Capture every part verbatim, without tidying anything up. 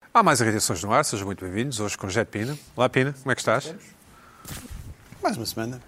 Há mais irritações no ar, sejam muito bem-vindos. Hoje com José Pina. Olá, Pina, como é que estás? Mais uma semana.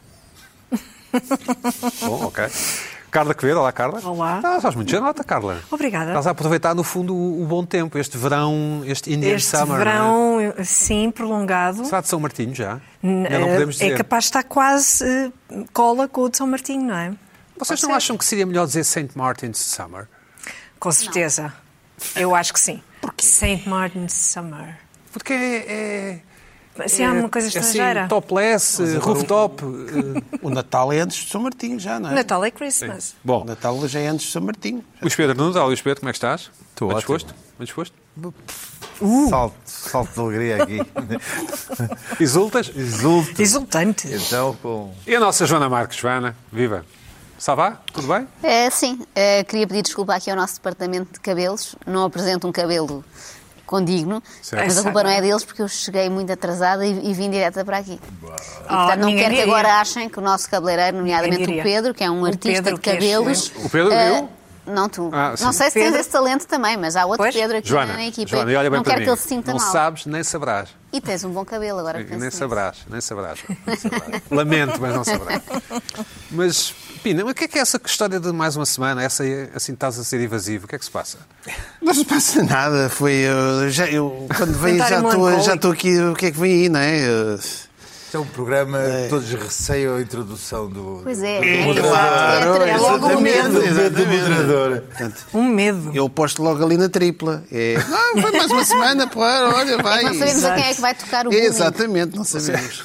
Bom, ok. Carla Quevedo, olá, Carla. Olá. Ah, estás muito janota, Carla. Obrigada. Estás a aproveitar, no fundo, o, o bom tempo, este verão, este Indian Este Summer. verão, não é? sim, prolongado. Será de São Martinho já? N- Ainda não podemos dizer. É capaz de estar quase uh, cola com o de São Martinho, não é? Vocês Pode não ser. acham que seria melhor dizer Saint Martin's Summer? Com certeza. Eu acho que sim. Saint Martin's Summer. Porque é... é... Assim, há uma coisa é estrangeira. assim, topless, agora rooftop. o- eh, O Natal é antes de São Martinho já, não é? Natal é Christmas. O Bom, Natal já é antes de São Martinho. Luís Pedro Nunes, olá, Luís Pedro, como é que estás? Estou Bem ótimo. disposto? Bem disposto? Salto, salto de alegria aqui. Exultas? Exulto. Exultante. Então, com... E a nossa Joana Marques, Joana, viva. Salvá? Tudo bem? É, sim, é, queria pedir desculpa aqui ao nosso departamento de cabelos. Não apresento um cabelo condigno, Certo. mas a culpa não é deles porque eu cheguei muito atrasada e, e vim direta para aqui. E, portanto, não ninguém quero que diria. agora achem que o nosso cabeleireiro, nomeadamente Ninguém o diria. Pedro, que é um O artista Pedro, de que é cabelos... O Pedro, eh, eu? Não tu. Ah, sim. não sei se Pedro. tens esse talento também, mas há outro Pois. Pedro aqui Joana, na equipa. Joana, e olha bem não para quero mim. que ele se sinta Não mal. sabes, nem sabrás. E tens um bom cabelo agora. que E penso nem nisso. sabrás, nem sabrás. Nem sabrás. Lamento, mas não sabrás. Mas, Pina, mas o que é que é essa história de mais uma semana? Essa assim estás a ser evasivo? O que é que se passa? Não se passa nada. Foi. Eu, já, eu, quando veio, já Comentário estou melancólico. já estou aqui. O que é que vem aí, não é? Eu- Isto é um programa que todos receiam a introdução do, Pois é. do É, moderador. claro, é logo um exatamente, medo. Do exatamente. moderador. Portanto, Um medo. eu posto logo ali na tripla. É, não, vai mais uma semana, pô, olha, vai. Não sabemos a Exato. quem é que vai tocar o bullying. Exatamente, não sabemos.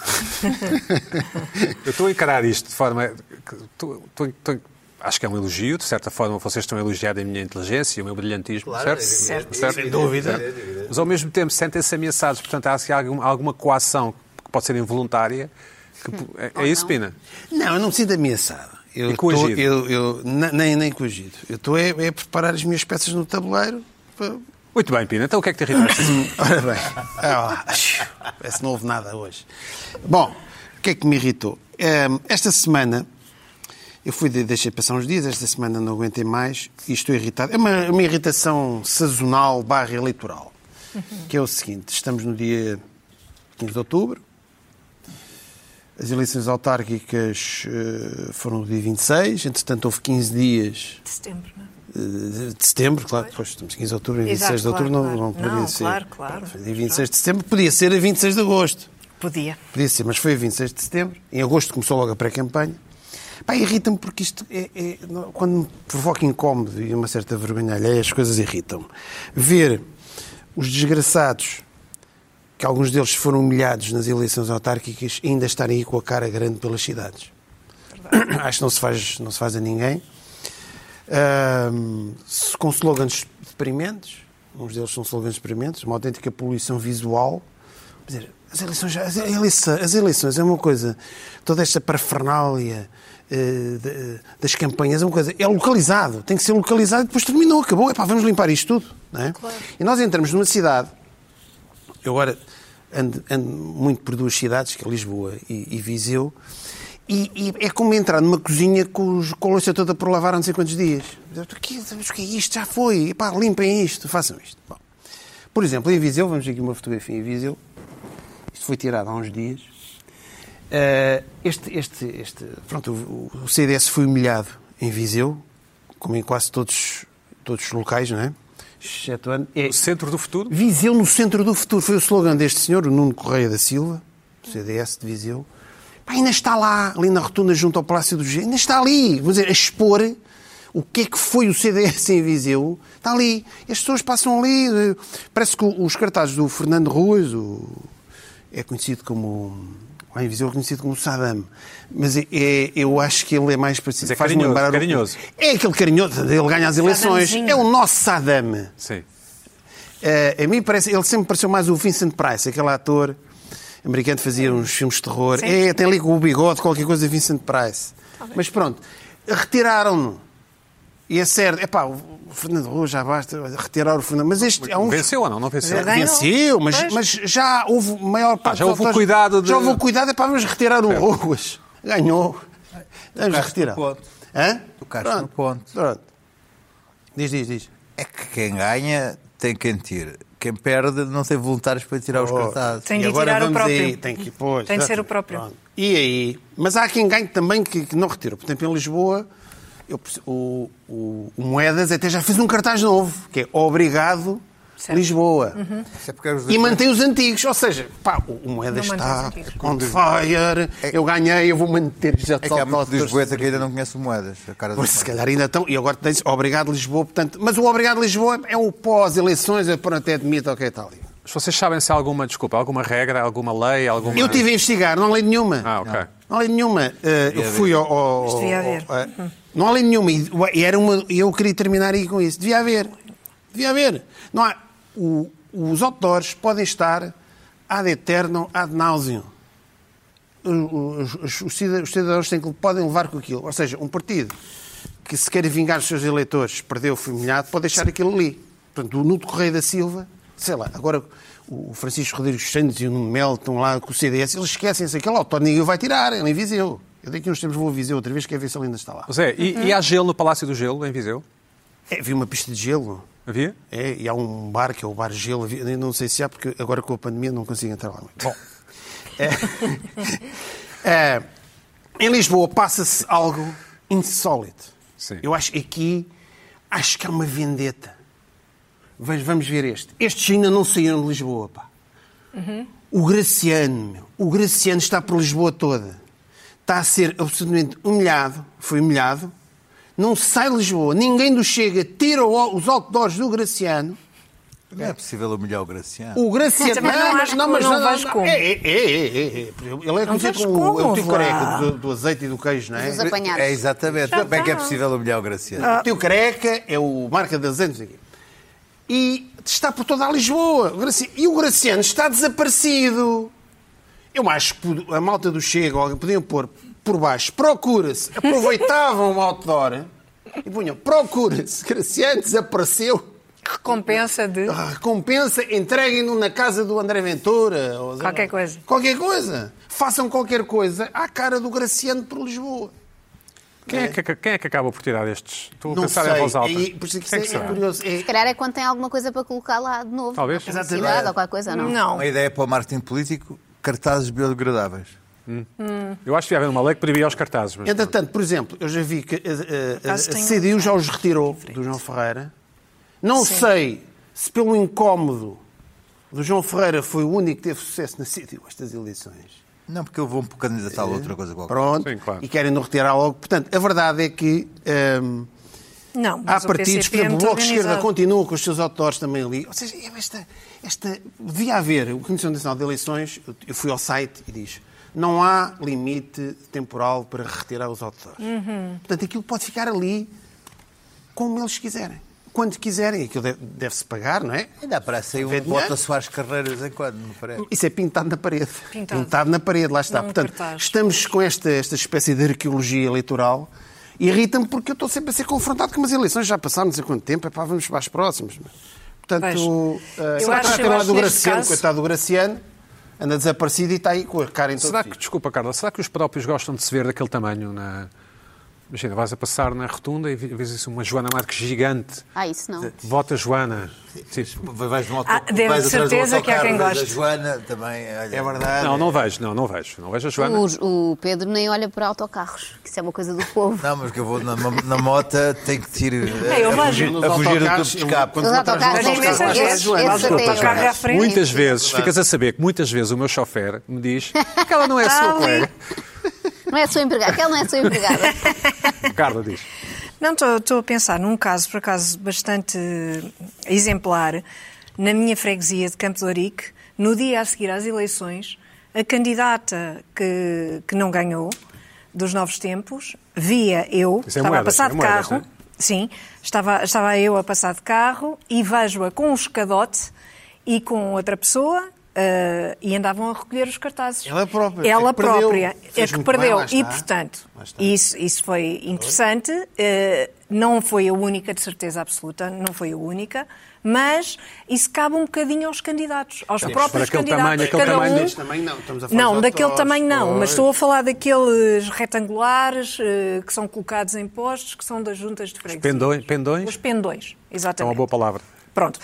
Eu estou a encarar isto de forma... que estou- estou- estou- Acho que é um elogio, de certa forma vocês estão a elogiar a minha inteligência e o meu brilhantismo, certo? Certo. Certo? Sem dúvida. Mas ao mesmo tempo sentem-se ameaçados, portanto há assim, algum- alguma coação que pode ser involuntária. Que, é, é isso, não. Pina? Não, eu não me sinto ameaçado. Eu E coagido? tô- eu, eu, ne- nem, nem coagido. Eu estou é, é a preparar as minhas peças no tabuleiro. para- Muito bem, Pina. Então o que é que te irritaste? Ora bem, ah, lá, parece que não houve nada hoje. Bom, o que é que me irritou? Hum, Esta semana, eu fui, de- deixei passar uns dias, esta semana não aguentei mais e estou irritado. É uma, uma irritação sazonal barra eleitoral, que é o seguinte, estamos no dia quinze de outubro, as eleições autárquicas eh, foram no dia vinte e seis, entretanto houve quinze dias De setembro, não é? de de setembro, claro, depois estamos quinze de outubro, e vinte e seis de Exato, outubro claro, não, não claro. poderia Não, ser. claro, claro. Foi dia vinte e seis de setembro, podia ser a vinte e seis de agosto. Podia. Podia ser, mas foi a vinte e seis de setembro. Em agosto começou logo a pré-campanha. Pá, irrita-me porque isto é, é- não- quando me provoca incómodo e uma certa vergonha alheia, as coisas irritam-me. Ver os desgraçados, que alguns deles foram humilhados nas eleições autárquicas, ainda estarem aí com a cara grande pelas cidades. Acho que não se faz, não se faz a ninguém. Ahm, se- com slogans deprimentes, uns deles são slogans deprimentes, uma autêntica poluição visual. Quer dizer, as eleições, já- as eleições, as eleições é uma coisa, toda esta parafernália eh, de- das campanhas é uma coisa, é localizado, tem que ser localizado e depois terminou, acabou, epá, vamos limpar isto tudo. Não é? E nós entramos numa cidade, eu agora ando, ando muito por duas cidades, que é Lisboa e, e Viseu, e, e é como entrar numa cozinha com, os, com a louça toda por lavar há não sei quantos dias. O que, o que é isto? Já foi. Epá, limpem isto, façam isto. Bom, por exemplo, em Viseu, vamos ver aqui uma fotografia em Viseu. Isto foi tirado há uns dias. Uh, este, este, este, pronto, o, o C D S foi humilhado em Viseu, como em quase todos, todos os locais, não é? Excetuando... É, O centro do futuro? Viseu no centro do futuro. Foi o slogan deste senhor, o Nuno Correia da Silva, do C D S de Viseu. Pá, ainda está lá, ali na rotunda junto ao Palácio do G. Ainda está ali, vou dizer, a expor o que é que foi o C D S em Viseu. Está ali. E as pessoas passam ali. eh, Parece que os cartazes do Fernando Ruas, o, é conhecido como... Lá em Viseu é conhecido como Saddam. Mas é, é- eu acho que ele é mais parecido. Mas é Faz-me carinhoso, lembrar o- carinhoso. É aquele carinhoso. Ele ganha as eleições. Saddamzinho. É o nosso Saddam. Sim. Eh, a mim parece, ele sempre pareceu mais o Vincent Price, aquele ator americano que fazia uns filmes de terror. Sim. É, tem ali com o bigode, qualquer coisa de Vincent Price. Mas pronto, retiraram-no. E é certo, epá, o Fernando Rua já basta retirar o Fernando. Mas este é um. Venceu ou não? Não venceu? Ganhou. Venceu, mas, Pois. mas já houve maior parte. já houve o dos- cuidado de- Já houve o cuidado, é para vamos retirar o Ruas. Ganhou. Vamos Tocaste retirar. no ponto. Hã? Tocaste Pronto. no ponto. Pronto. Diz, diz, diz. É que quem ganha tem quem tire. quem perde não tem voluntários para tirar os Oh, cartazes. Tem E de agora tirar o vamos próprio. aí, tem que, pois, Tem de ser o exatamente. próprio. Pronto. E aí? Mas há quem ganhe também que, que não retirou. Por exemplo, em Lisboa, eu, o, o, o Moedas até já fez um cartaz novo, que é Obrigado Certo. Lisboa. Isso é porque os E mantém os antigos. Ou seja, pá, o, o Moedas Não mantém os está antigos. on fire, eu ganhei, eu vou manter já É que há muitos lisboetas que ainda não conhecem Moedas. A cara Pois, se calhar ainda estão. E agora tens Obrigado Lisboa, portanto. Mas o Obrigado Lisboa é o pós-eleições, é para até admite, ok, está ali. Mas vocês sabem se há alguma, desculpa, alguma regra, alguma lei, alguma... Eu estive a investigar, não há lei nenhuma. Ah, ok. Não há lei nenhuma. Uh, eu fui ao. ao- Mas devia ao- haver. ao- uh, não há lei nenhuma. E e era uma, eu queria terminar aí com isso. Devia haver. Devia haver. Não há, o- os outdoors podem estar ad eternum, ad nauseam. Os, os- os cida- os cidadãos têm que, podem levar com aquilo. Ou seja, um partido que se queira vingar dos seus eleitores, perdeu, foi humilhado, pode deixar aquilo ali. Portanto, o Nuno Correia da Silva, sei lá, agora o Francisco Rodrigues Santos e o Nuno Melo estão lá com o C D S, eles esquecem-se, aquele autor ninguém o vai tirar, ele em Viseu. Eu daqui a uns tempos vou a Viseu outra vez, quero ver se ele ainda está lá. José, e, e há gelo no Palácio do Gelo, em Viseu? É, vi uma pista de gelo. Havia? É, e há um bar que é o Bar Gelo. Havia- eu não sei se há, porque agora com a pandemia não consigo entrar lá. Bom. É, é, em Lisboa passa-se algo insólito. Sim. Eu acho que aqui acho que há uma vendetta. Vamos, vamos ver este. Estes ainda não saíram de Lisboa, pá. O Graciano, meu. O Graciano está por Lisboa toda. Está a ser absolutamente humilhado. Foi humilhado. Não sai de Lisboa. Ninguém do Chega tira o- os outdoors do Graciano. Não é possível humilhar o Graciano. O Graciano... Também não acho que- não vejo como. É, é, é, é, é. Ele é conhecido vejo como o- é o como, tio vá. careca do, do azeite e do queijo, não é? Dos apanhados. É exatamente. Como é que é possível humilhar o Graciano? O tio careca é o marca de azeite, não sei o quê. E está por toda a Lisboa. O Graciano- E o Graciano está desaparecido. Eu acho que a malta do Chega, alguém podiam pôr por baixo, procura-se, aproveitavam o outdoor e punham, procura-se, Graciano desapareceu. Recompensa de... A recompensa, entreguem-no na casa do André Ventura. Ou, Qualquer coisa. Qualquer coisa. Façam qualquer coisa à cara do Graciano por Lisboa. Quem é, que, quem é que acaba por tirar estes? Estou a Não pensar sei. em voz alta. E, por isso é que Quem é isso que é, será? curioso. É, Se calhar é quando tem alguma coisa para colocar lá de novo. Talvez. Uma publicidade ou qualquer coisa, não? Não. Uma ideia para o marketing político, cartazes biodegradáveis. Eu acho que devia haver uma lei que proibia os cartazes. Mas... Entretanto, por exemplo, eu já vi que a, a, a, Caso a tenha C D U um- já os retirou do João Ferreira. Não Sim. sei se pelo incómodo do João Ferreira foi o único que teve sucesso na C D U estas eleições. Não, porque eu vou me candidatar a outra coisa qualquer. Pronto. Sim, claro. E querem não retirar logo. Portanto, a verdade é que hum, Não, há mas o partidos, por P C P é exemplo, o muito Bloco de Esquerda organizado. continua com os seus autores também ali. Ou seja, esta, esta, devia haver, o Comissão Nacional de Eleições, eu fui ao site e diz, não há limite temporal para retirar os autores. Uhum. Portanto, aquilo pode ficar ali como eles quiserem. Quando quiserem, aquilo deve- deve-se pagar, não é? Ainda aparece aí um Vê dinheiro? Bota Soares Carreiras em quando, não parece? Isso é pintado na parede. Pintado. na parede, lá está. Não um Portanto, cartaz. estamos com esta, esta espécie de arqueologia eleitoral e irrita-me porque eu estou sempre a ser confrontado com umas eleições, já passaram não sei quanto tempo, é pá, vamos para as próximas. Portanto, Vejo. uh, Eu será que acho- já tem eu lá acho do neste Graciano, caso- coitado do Graciano, anda desaparecido e está aí com a cara em todo Será sítio. que, desculpa, Carla, será que os próprios gostam de se ver daquele tamanho? Na... Imagina, vais a passar na rotunda e vês assim uma Joana Marques gigante. Ah, isso não. Vota Joana. Tipo, Vais no auto... Ah, devo vais de atrás do certeza que há quem autocarro, vês goste. A Joana também. Olha, É verdade. não, não vejo, não, não vejo. Não vejo a Joana. O, o Pedro nem olha para autocarros, que isso é uma coisa do povo. Não, mas que eu vou na, na mota, tenho que ir É, eu a, vejo. fugir, Nos a fugir do autocarros, tubo de escape. quando Os vou atrás dos autocarros, Mas autocarros, imensas lá está a vezes. Joana. Vais Desculpa, com o carro à frente. Muitas vezes, ficas a saber que muitas vezes o meu chofer me diz que ela não é a Está sua ali. colega. Não é a sua empregada, aquela não é a sua empregada. Carla diz. Não, estou a pensar num caso, por acaso, bastante exemplar. Na minha freguesia de Campo de Ourique, no dia a seguir às eleições, a candidata que, que não ganhou, dos Novos Tempos, via eu, Isso é estava Moedas, a passar é de Moedas, carro, não é? sim, estava, estava eu a passar de carro e vejo-a com um escadote e com outra pessoa. Uh, e andavam a recolher os cartazes. Ela própria, Ela é que perdeu. própria é Fez que muito bem, perdeu. lá E, está. portanto, Lá está. isso, isso foi interessante. Uh, não foi a única, de certeza absoluta, não foi a única, mas isso cabe um bocadinho aos candidatos, aos próprios para aquele candidatos. tamanho, aquele cada tamanho um... Deste tamanho não, estamos a falar Não, dos daquele autores, tamanho não, pois. mas estou a falar daqueles retangulares uh, que são colocados em postos, que são das juntas de freguesia. Pendões, pendões? Os pendões, É exatamente. uma boa palavra. Pronto.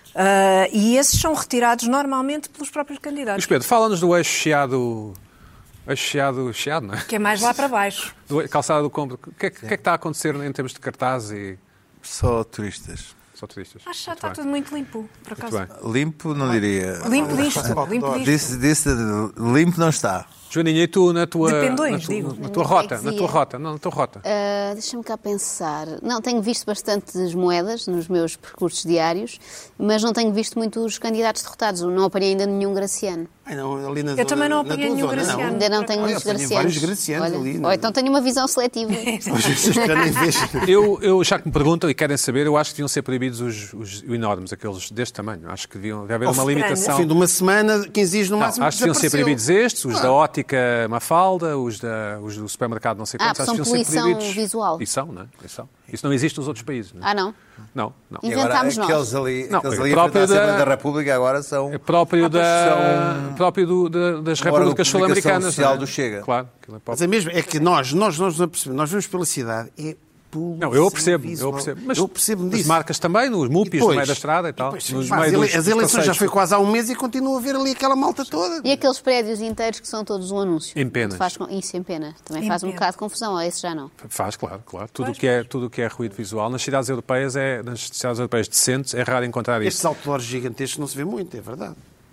Uh, e esses são retirados normalmente pelos próprios candidatos. Luís Pedro, fala-nos do eixo Chiado... Eixo Chiado... Chiado, não é? Que é mais lá para baixo. Do, calçada do Combro. O que, é, que é que está a acontecer em termos de cartaz e... Só turistas. Só turistas. Acho que já Muito está bem. tudo muito limpo, por acaso. Muito bem. Limpo, não diria. Limpo disto, limpo disto. Disse, disse, limpo não está. Joaninha, e tu na tua... De pendões, na tua, digo. Na tua Na rota, na freguesia. tua rota. Não, na tua rota. Uh, Deixa-me cá pensar. Não, tenho visto bastantes moedas nos meus percursos diários, mas não tenho visto muitos candidatos derrotados. Não apanhei ainda nenhum graciano. Ai, não, ali na Eu zona- também não na apanhei tua nenhum zona, graciano. Ainda não tenho Olha, muitos apanhei gracianos. vários gracianos Olha, ali, não é? ou então tenho uma visão seletiva. Às vezes já nem vejo. Eu, eu, já que me perguntam e querem saber, eu acho que deviam ser proibidos os, os enormes, aqueles deste tamanho. Acho que deviam deve haver uma Ao limitação. Ao fim de uma semana, quinze dias no Não, máximo, acho que deviam ser desapareceu. proibidos estes, os da ótica Mafalda, os, da, os do supermercado não sei Ah, quantos. são acho que deviam ser poluição proibidos. visual. E são, não é? E são. Isso não existe nos outros países. Não é? Ah, não? Não, não. E- E agora, Inventámos nós. aqueles ali, Não, aqueles é ali próprio à frente da da- Assembleia da República agora são... É próprio, Ah, pois da, são- próprio do, da, das Uma hora repúblicas de comunicação sul-americanas. social não é? do Chega. Claro. aquilo é Mas próprio. é mesmo, é que nós, nós, nós, não percebemos. Nós vamos pela cidade, é poluição Não, eu percebo, visual. eu percebo. Mas eu percebo as disso. marcas também, nos E mupis, no depois- meio da estrada e tal. depois, nos pá, as, meios ele- dos- as dos eleições já passeios. foi quase há um mês e continua a ver ali aquela malta toda. E aqueles prédios inteiros que são todos um anúncio? Em penas. Faz com- Isso, em pena. Também Em faz um pena. bocado de confusão, ou esse já não. Faz, claro, claro. Tudo o que é, tudo o que é ruído visual. Nas cidades europeias, é, nas cidades europeias decentes, é raro encontrar Estes isso. outdoors gigantescos não se vê muito, é verdade.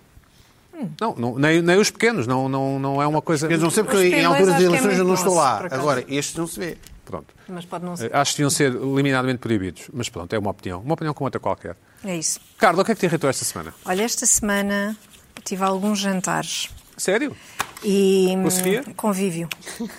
Não, não, nem, nem os pequenos, não, não, não é uma coisa... Eu não sei porque Os em peões alturas acho de que é eleições eu muito não estou nosso, lá. por acaso. Agora, estes não se vê. Pronto. Mas pode não ser. Acho que deviam ser liminarmente proibidos. Mas pronto, é uma opinião. Uma opinião como outra qualquer. É isso. Carla, o que é que te irritou esta semana? Olha, esta semana tive alguns jantares Sério? e... Com a Sofia? hum, Convívio.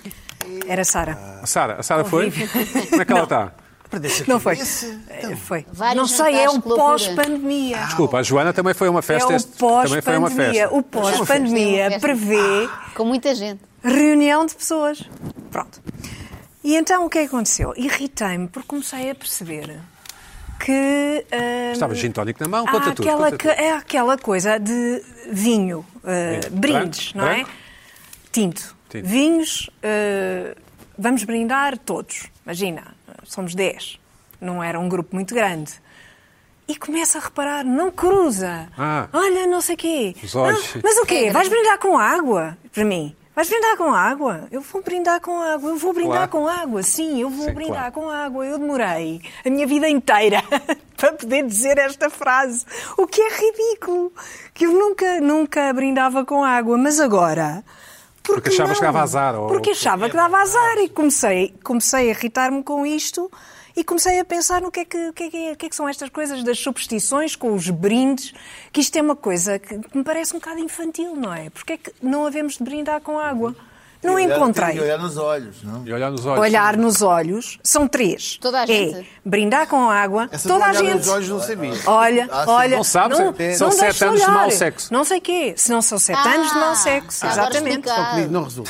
Era Sara. A Sara? A Sara foi? Como é que ela está? Não foi. Eh, Foi. Vários Não sei, é jantares, um que loucura. pós-pandemia. Desculpa, a Joana também foi a uma É festa. um este- Também foi a uma pós-pandemia. festa. O pós-pandemia Festa. prevê Com muita gente. reunião de pessoas. Pronto. E então o que é que aconteceu? Irritei-me porque comecei a perceber que... hum, Estava gin tónico na mão, há conta tudo. aquela, conta que- tudo. é aquela coisa de vinho, uh, Vinho. brindes, Branco? não é? Branco? Tinto. Tinto. Vinhos, uh, vamos brindar todos. Imagina, somos dez. Não era um grupo muito grande. E começa a reparar, não cruza. Ah. Olha, não sei o quê. Os olhos. Ah, mas o quê? Vais brindar com água? Para mim. Vais brindar com água? Eu vou brindar com água. Eu vou brindar Claro. com água. Sim, eu vou Sim, brindar claro. com água. Eu demorei a minha vida inteira para poder dizer esta frase. O que é ridículo. Que eu nunca, nunca brindava com água. Mas agora... por Porque que achavas não? que dava azar, ou- Porque achava que dava azar. E comecei, comecei a irritar-me com isto. E comecei a pensar no que é que, o que, é que, é- o que é que são estas coisas das superstições com os brindes, que isto é uma coisa que me parece um bocado infantil, não é? Porque é que não havemos de brindar com água? Não E olhar- encontrei. E olhar nos olhos, não? E olhar nos olhos. Olhar nos olhos, são três. Toda a gente. É brindar com água, Essa toda a de olhar gente. nos olhos não sabia. Olha, Ah, sim. olha. Não sabes, não, é- são não sete deixes anos de olhar. mau sexo. Não sei quê. Se não são sete Ah, anos de mau sexo. agora Exatamente. explicado. Então, comigo não resulta.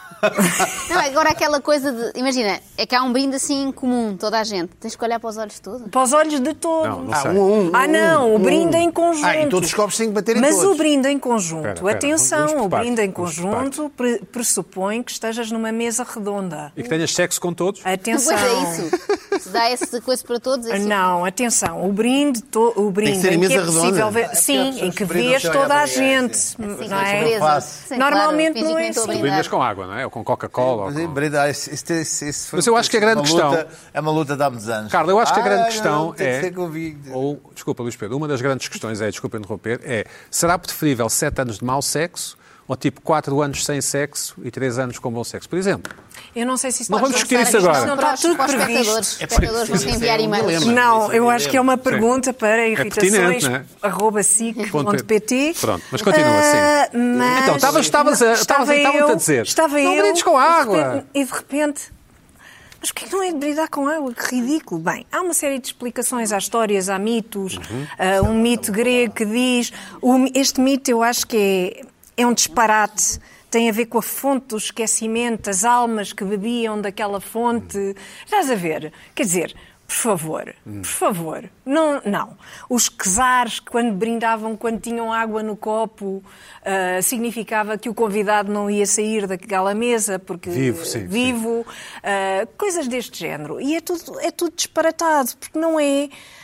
Não, agora aquela coisa de... Imagina, é que há um brinde assim comum, toda a gente. Tens que olhar para os olhos todos. Para os olhos de todos. Não, não Ah, sei. um a um. Ah, não, o brinde em um. conjunto. Ah, e todos os copos têm que bater em Mas todos. o brinde em conjunto, Espera, espera, atenção, vamos por o partes, brinde em vamos por conjunto pre- pressupõe que estejas numa mesa redonda. E que tenhas sexo com todos. Atenção. Pois é isso. Se dá essa coisa para todos, é assim. Não, atenção, o brinde, to- o brinde ser em em que mesa é possível redonda. ver, Há sim, pessoas em que que brindam vês sem olhar toda a para ninguém, gente, sim. Assim, não com é? surpresa. Fácil. Sim, Normalmente claro, não é fingem que estou a assim. brindar. Brindas com água, não é? Ou com Coca-Cola. ou Mas em com- brindar, isso, isso, isso, isso foi Mas eu acho que a grande uma questão- luta- é uma luta de há muitos anos. Carla, eu acho que a grande Ah, questão não, tem que é... ser comigo. Ou, desculpa, Luís Pedro, uma das grandes questões é, desculpa interromper, é, será preferível sete anos de mau sexo ou tipo quatro anos sem sexo e três anos com bom sexo, por exemplo? Eu não sei se isso Não pode vamos discutir passar isso isto, agora. Não Para está os, tudo para os previsto. espectadores. Os espectadores vão sim, sim, enviar é um e-mails. dilema. Não, eu Sim. acho que é uma pergunta para irritações, pertinente, não é? arroba sic ponto pt. Pronto, mas continua Ah, assim. mas- Então, estavas- estavas a- estavas a- Estava estavam-te a eu- dizer, Estava não eu, brindes com e de água. repente- E de repente... Mas porquê que não é de brindar com água? Que ridículo. Bem, há uma série de explicações, há histórias, há mitos. Uhum. Ah, um mito grego que diz... o- este mito eu acho que é, é um disparate. Tem a ver com a fonte do esquecimento, as almas que bebiam daquela fonte. Estás a ver? Quer dizer... Por favor, por favor, não, não. Os czares, quando brindavam, quando tinham água no copo, ah, significava que o convidado não ia sair daquela mesa, porque Vivo, sim, vivo, ah, coisas deste género. E é tudo, é tudo disparatado, porque não é...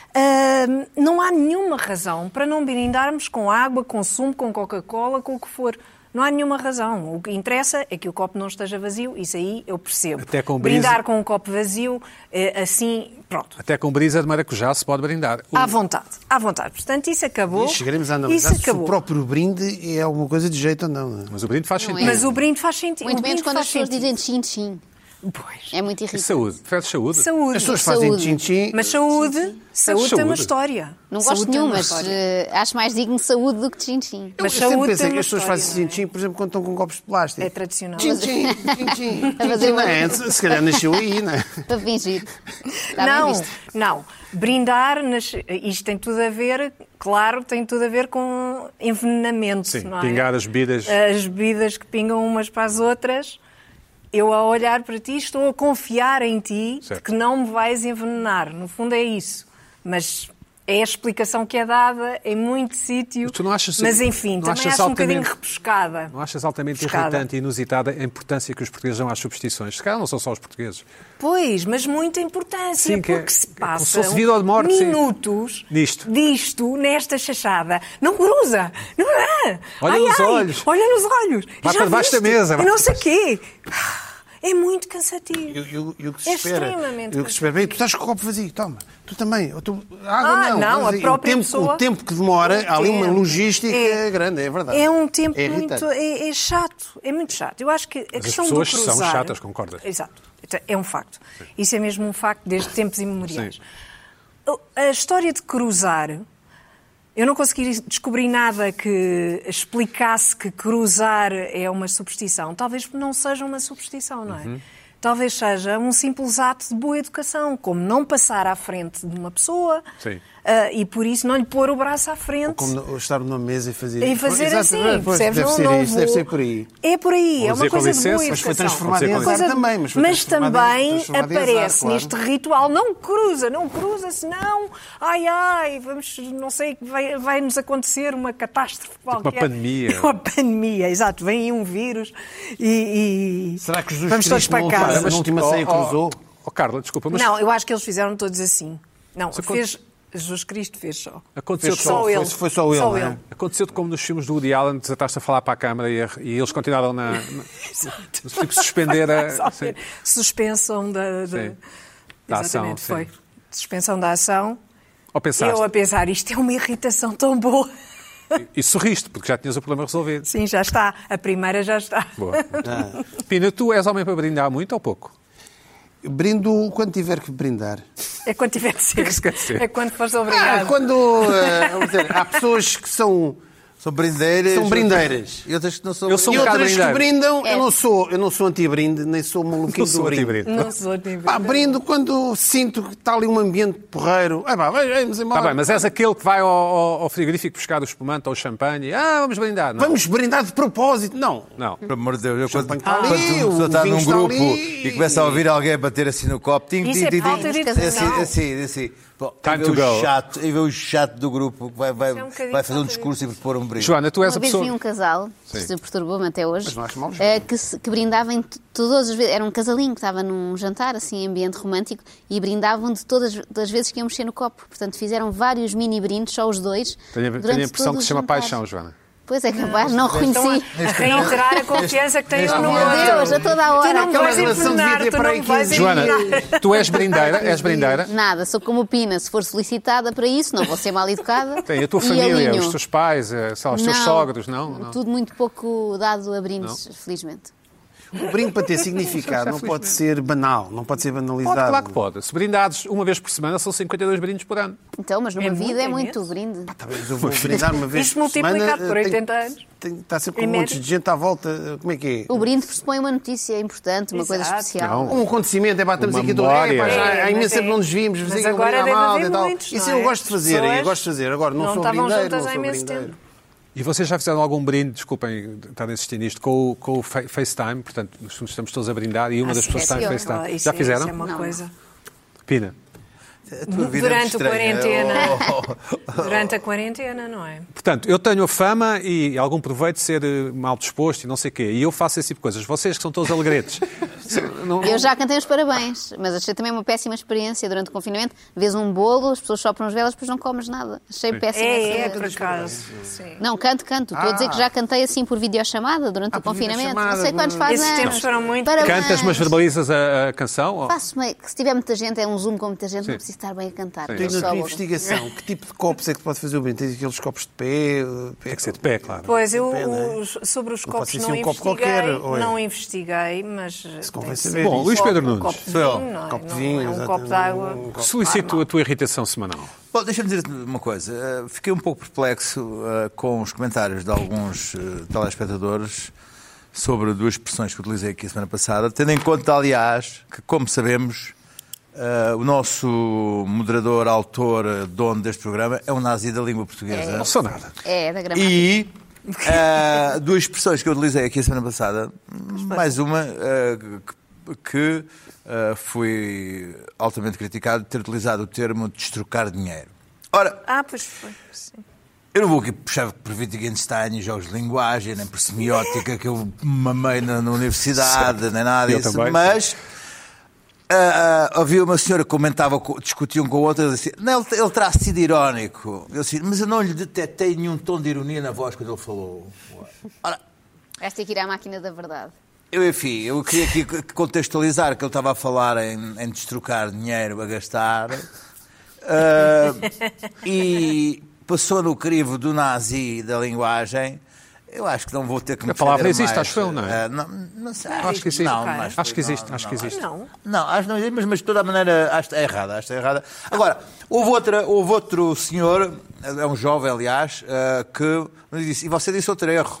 Uh, não há nenhuma razão para não brindarmos com água, com sumo, com Coca-Cola, com o que for. Não há nenhuma razão. O que interessa é que o copo não esteja vazio, isso aí eu percebo. Até com brisa... Brindar com um copo vazio, assim, pronto. Até com brisa de maracujá se pode brindar. À vontade, à vontade. Portanto, isso acabou. E chegaremos a analisar isso se acabou. o próprio brinde é alguma coisa de jeito ou não. Não é? Mas o brinde faz Não sentido. é. Mas o brinde faz sentido. Muito o menos brinde quando faz as pessoas sentido. dizem tchim-tchim. Pois. É muito E irritante. saúde? Preferes saúde? Saúde. As pessoas fazem Saúde. tchim-tchim. Mas saúde, saúde, Saúde. tem uma história. Não Saúde gosto tem nenhum, uma mas história. eh, acho mais digno saúde do que tchim-tchim. Eu Mas sempre saúde pensei tem que uma as pessoas história, fazem não é? tchim-tchim, por exemplo, quando estão com copos de plástico. É tradicional. Tchim-tchim, tchim-tchim. A fazer uma- Não é? Se calhar nasceu aí, não é? Para fingir. Está bem Não, visto. não. Brindar, nas... isto tem tudo a ver, claro, tem tudo a ver com envenenamento, Sim, não é? pingar as bebidas. As bebidas que pingam umas para as outras. Eu, a olhar para ti, estou a confiar em ti Certo. que não me vais envenenar. No fundo é isso. Mas é a explicação que é dada em muito sítio. Tu não achas- Mas, enfim, não também achas acho um bocadinho altamente- repescada. Não achas altamente Pescada. irritante e inusitada a importância que os portugueses dão às superstições? Se calhar não são só os portugueses. Pois, mas muita importância, Sim, que é- porque se é como se passa fosse vida ou de morte, sim. minutos Nisto. disto, nesta chachada. Não cruza! Não é? Olha Ai, nos ai, olhos. Olha nos olhos! Vai Já para debaixo da viste? mesa, E vai não para sei o quê. É muito cansativo. E o- e o que se É espera? extremamente E o que se espera? Bem, tu estás com o copo vazio, toma. Tu também. Ou tu... Água Ah, não. não, a Vazio. própria o tempo, pessoa- O tempo que demora, há ali uma tempo. logística É. grande, é verdade. É um tempo É muito. irritante. É, é chato. É muito chato. Eu acho que a Mas as questão pessoas do são cruzar... chatas, concordas? Exato. Então, é um facto. Isso é mesmo um facto desde tempos imemoriais. A história de cruzar. Eu não consegui descobrir nada que explicasse que cruzar é uma superstição. Talvez não seja uma superstição, não é? Uhum. Talvez seja um simples ato de boa educação, como não passar à frente de uma pessoa Sim. ah, e por isso não lhe pôr o braço à frente. Como no- estar numa mesa e fazer... E fazer Exato, assim, pois, percebes? Deve Não, ser não isso, vou... deve ser por aí. É por aí, Ou é dizer uma com coisa de boa licença, educação. mas foi transformado em Coisa- azar também. Mas foi Mas transformado em- também transformado em azar, aparece claro. neste ritual, não cruza, não cruza, senão, ai, ai, vamos, não sei, vai, vai nos acontecer uma catástrofe qualquer. uma pandemia. Uma pandemia, exato, vem aí um vírus e... e... Será que Jesus vamos todos Cristo para não, casa. na última ceia Oh, oh, cruzou? Oh, Carla, desculpa, mas Não, eu acho que eles fizeram todos assim. Não, Isso fez... Jesus Cristo fez só. aconteceu Fez Só Foi- ele. foi só ele, Só não é? ele. Aconteceu-te como nos filmes do Woody Allen, desataste a falar para a câmara e, a- e eles continuaram na... na tipo, suspender a... Sim. Suspensão da, da... Sim. Da ação, Exatamente, sim. foi. Suspensão da ação. Ou pensaste, Eu a pensar, isto é uma irritação tão boa. e sorriste, porque já tinhas o problema resolvido. Sim, já está. A primeira já está. Boa. Pina, tu és homem para brindar muito ou pouco? Brindo quando tiver que brindar. É quando tiver de ser. isso quer dizer? É quando fores Ah, obrigado. quando... eh, vamos dizer, há pessoas que são... São brindeiras. São brindeiras. E outras que não são Eu sou E um bocado outras que brindeiro. brindam, É. eu não sou, eu não sou anti-brinde, nem sou maluquinho Não do sou brinde. anti-brinde. Não sou nível. Pá, brindo quando sinto que está ali um ambiente porreiro. Ah, pá, vamos embora. Está bem, mas és aquele que vai ao, ao- ao frigorífico buscar o espumante ou o champanhe e ah, vamos brindar. Não. Vamos brindar de propósito. Não. Não. Pelo amor de Deus, eu quando, champanhe está ali, quando uma o pessoa está vinho num está grupo ali. e começa a ouvir alguém bater assim no copo, tim, Isso tim, é tim, falta tim, de assim, educação. assim, assim. Bom, Time e vê to o go. chato, e vê o chato do grupo que vai, vai, Isso é um bocadinho vai fazer um falta de discurso e propor um brinde. Joana, tu és Uma a vez pessoa... vi um casal, Sim. que se perturbou-me até hoje, Mas não acho mal, eh, que, se- que brindavam de todas as vezes. Era um casalinho que estava num jantar, assim, em ambiente romântico, e brindavam de todas as vezes que iam mexer no copo. Portanto, fizeram vários mini brindes, só os dois. Tenho, a- durante tenho a impressão todo que o se chama jantar. paixão, Joana. Pois é capaz, não Estão a, reconheci. a reiterar a confiança que têm um no Meu outro. Deus, a toda a hora. Tu não me Aquela vais relação devia envenenar, ter tu para não aí me vais quinze. Joana, envenenar. tu és brindeira? És brindeira? Nada, sou como o Pina. Se for solicitada para isso, não vou ser mal educada. Tem a tua E família, alinho. os teus pais, eh, sei lá, os teus Não, sogros, não? não? Tudo muito pouco dado a brindes, felizmente. O brinde, para ter significado, não pode ser banal, não pode ser banalizado. Pode, claro que pode. Se brindares uma vez por semana, são cinquenta e dois brindes por ano. Então, mas numa É vida muito, é é muito imenso. brinde. Talvez eu vou brindar uma vez Isto por semana. multiplicado por eh, oitenta tem- anos. tem- Está sempre Em com um monte média. de gente à volta. Como é que é? O brinde pressupõe uma notícia importante, uma coisa Exato. especial. Não. Um acontecimento, é pá, estamos Uma aqui todos. memória. É, pá, já, É, há mas imenso tempo é- que não nos vimos, mas mas é agora deve mal haver e tal. muitos, Isso não eu é? gosto de fazer, Pessoas eu gosto de fazer. Agora, não, não sou estavam brindeiro, juntas não há sou imenso brindeiro. tempo. E vocês já fizeram algum brinde, desculpem estar a insistir nisto, com, o- com o Fa- FaceTime, portanto, estamos todos a brindar e uma Ah, das sim, pessoas está em sim. FaceTime. Ah, isso já é- fizeram? Isso é uma Não. coisa. Pina. A tua vida é Durante muito a estranha. quarentena. Oh. Durante a quarentena, não é? Portanto, eu tenho a fama e algum proveito de ser eh, mal disposto e não sei o quê. E eu faço esse tipo de coisas. Vocês que são todos alegretes. não, Eu já cantei os parabéns, mas achei também uma péssima experiência durante o confinamento. Vês um bolo, as pessoas sopram as velas, depois não comes nada. Achei péssima. É, é, essa- por acaso. Sim. Não, canto, canto. Estou a dizer que já cantei assim por videochamada durante Ah, o por confinamento. videochamada, Não sei quantos por- fazem Esses anos. tempos foram muito- Parabéns. Cantas, mas verbalizas a, a canção? Ou... Faço meio que se tiver muita gente, é um zoom com muita gente, Sim. não preciso estar bem a cantar. Sim. Tem Só na tua a boca. investigação, que tipo de copos é que pode fazer o bem? Tens aqueles copos de pé? Tem que ser de pé, claro. Pois, eu Pé, não é? os- sobre os Não copos pode ser não assim um copo investiguei, qualquer, ou é? não investiguei, mas... Se convém tem que saber ser Bom, um Luís copo- Pedro um Nunes. copo de Sou eu. vinho, não é? Copo de Não vinho, é um exatamente. copo de água. Um copo- Solicito a tua irritação semanal. Bom, deixa-me dizer-te uma coisa. Uh, Fiquei um pouco perplexo uh, com os comentários de alguns uh, telespectadores sobre duas expressões que utilizei aqui a semana passada, tendo em conta, aliás, que, como sabemos, uh, o nosso moderador, autor, uh, dono deste programa é um nazi da língua portuguesa. Não sou nada. É, da gramática. E uh, duas expressões que eu utilizei aqui a semana passada, mais uma uh, que, que uh, fui altamente criticado de ter utilizado o termo destrocar dinheiro. Ora, Ah, pois foi. Sim. eu não vou aqui puxar por Wittgenstein e jogos de linguagem, nem por semiótica que eu mamei na, na universidade, nem nada Eu disso, também, mas ah, ah, havia uma senhora que comentava, co- discutiam com outra, e dizia, não, ele, ele terá sido irónico. Eu disse, mas eu não lhe detetei nenhum tom de ironia na voz quando ele falou. Ora, Vais ter que ir à máquina da verdade. eu, enfim, eu queria aqui contextualizar que ele estava a falar em, em destrocar dinheiro a gastar ah, e passou no crivo do nazi da linguagem. Eu acho que não vou ter que me A palavra defender existe, mais. acho eu, não é? Ah, não, não sei. Acho que existe. Não, Ok. mas- Acho que existe, não, acho que não, existe. Não. Não, acho que não existe, mas, mas de toda a maneira acho que é errada, acho que é errada. Agora, houve, outra, houve outro senhor, é um jovem, aliás, ah, que me disse, e você disse outro erro.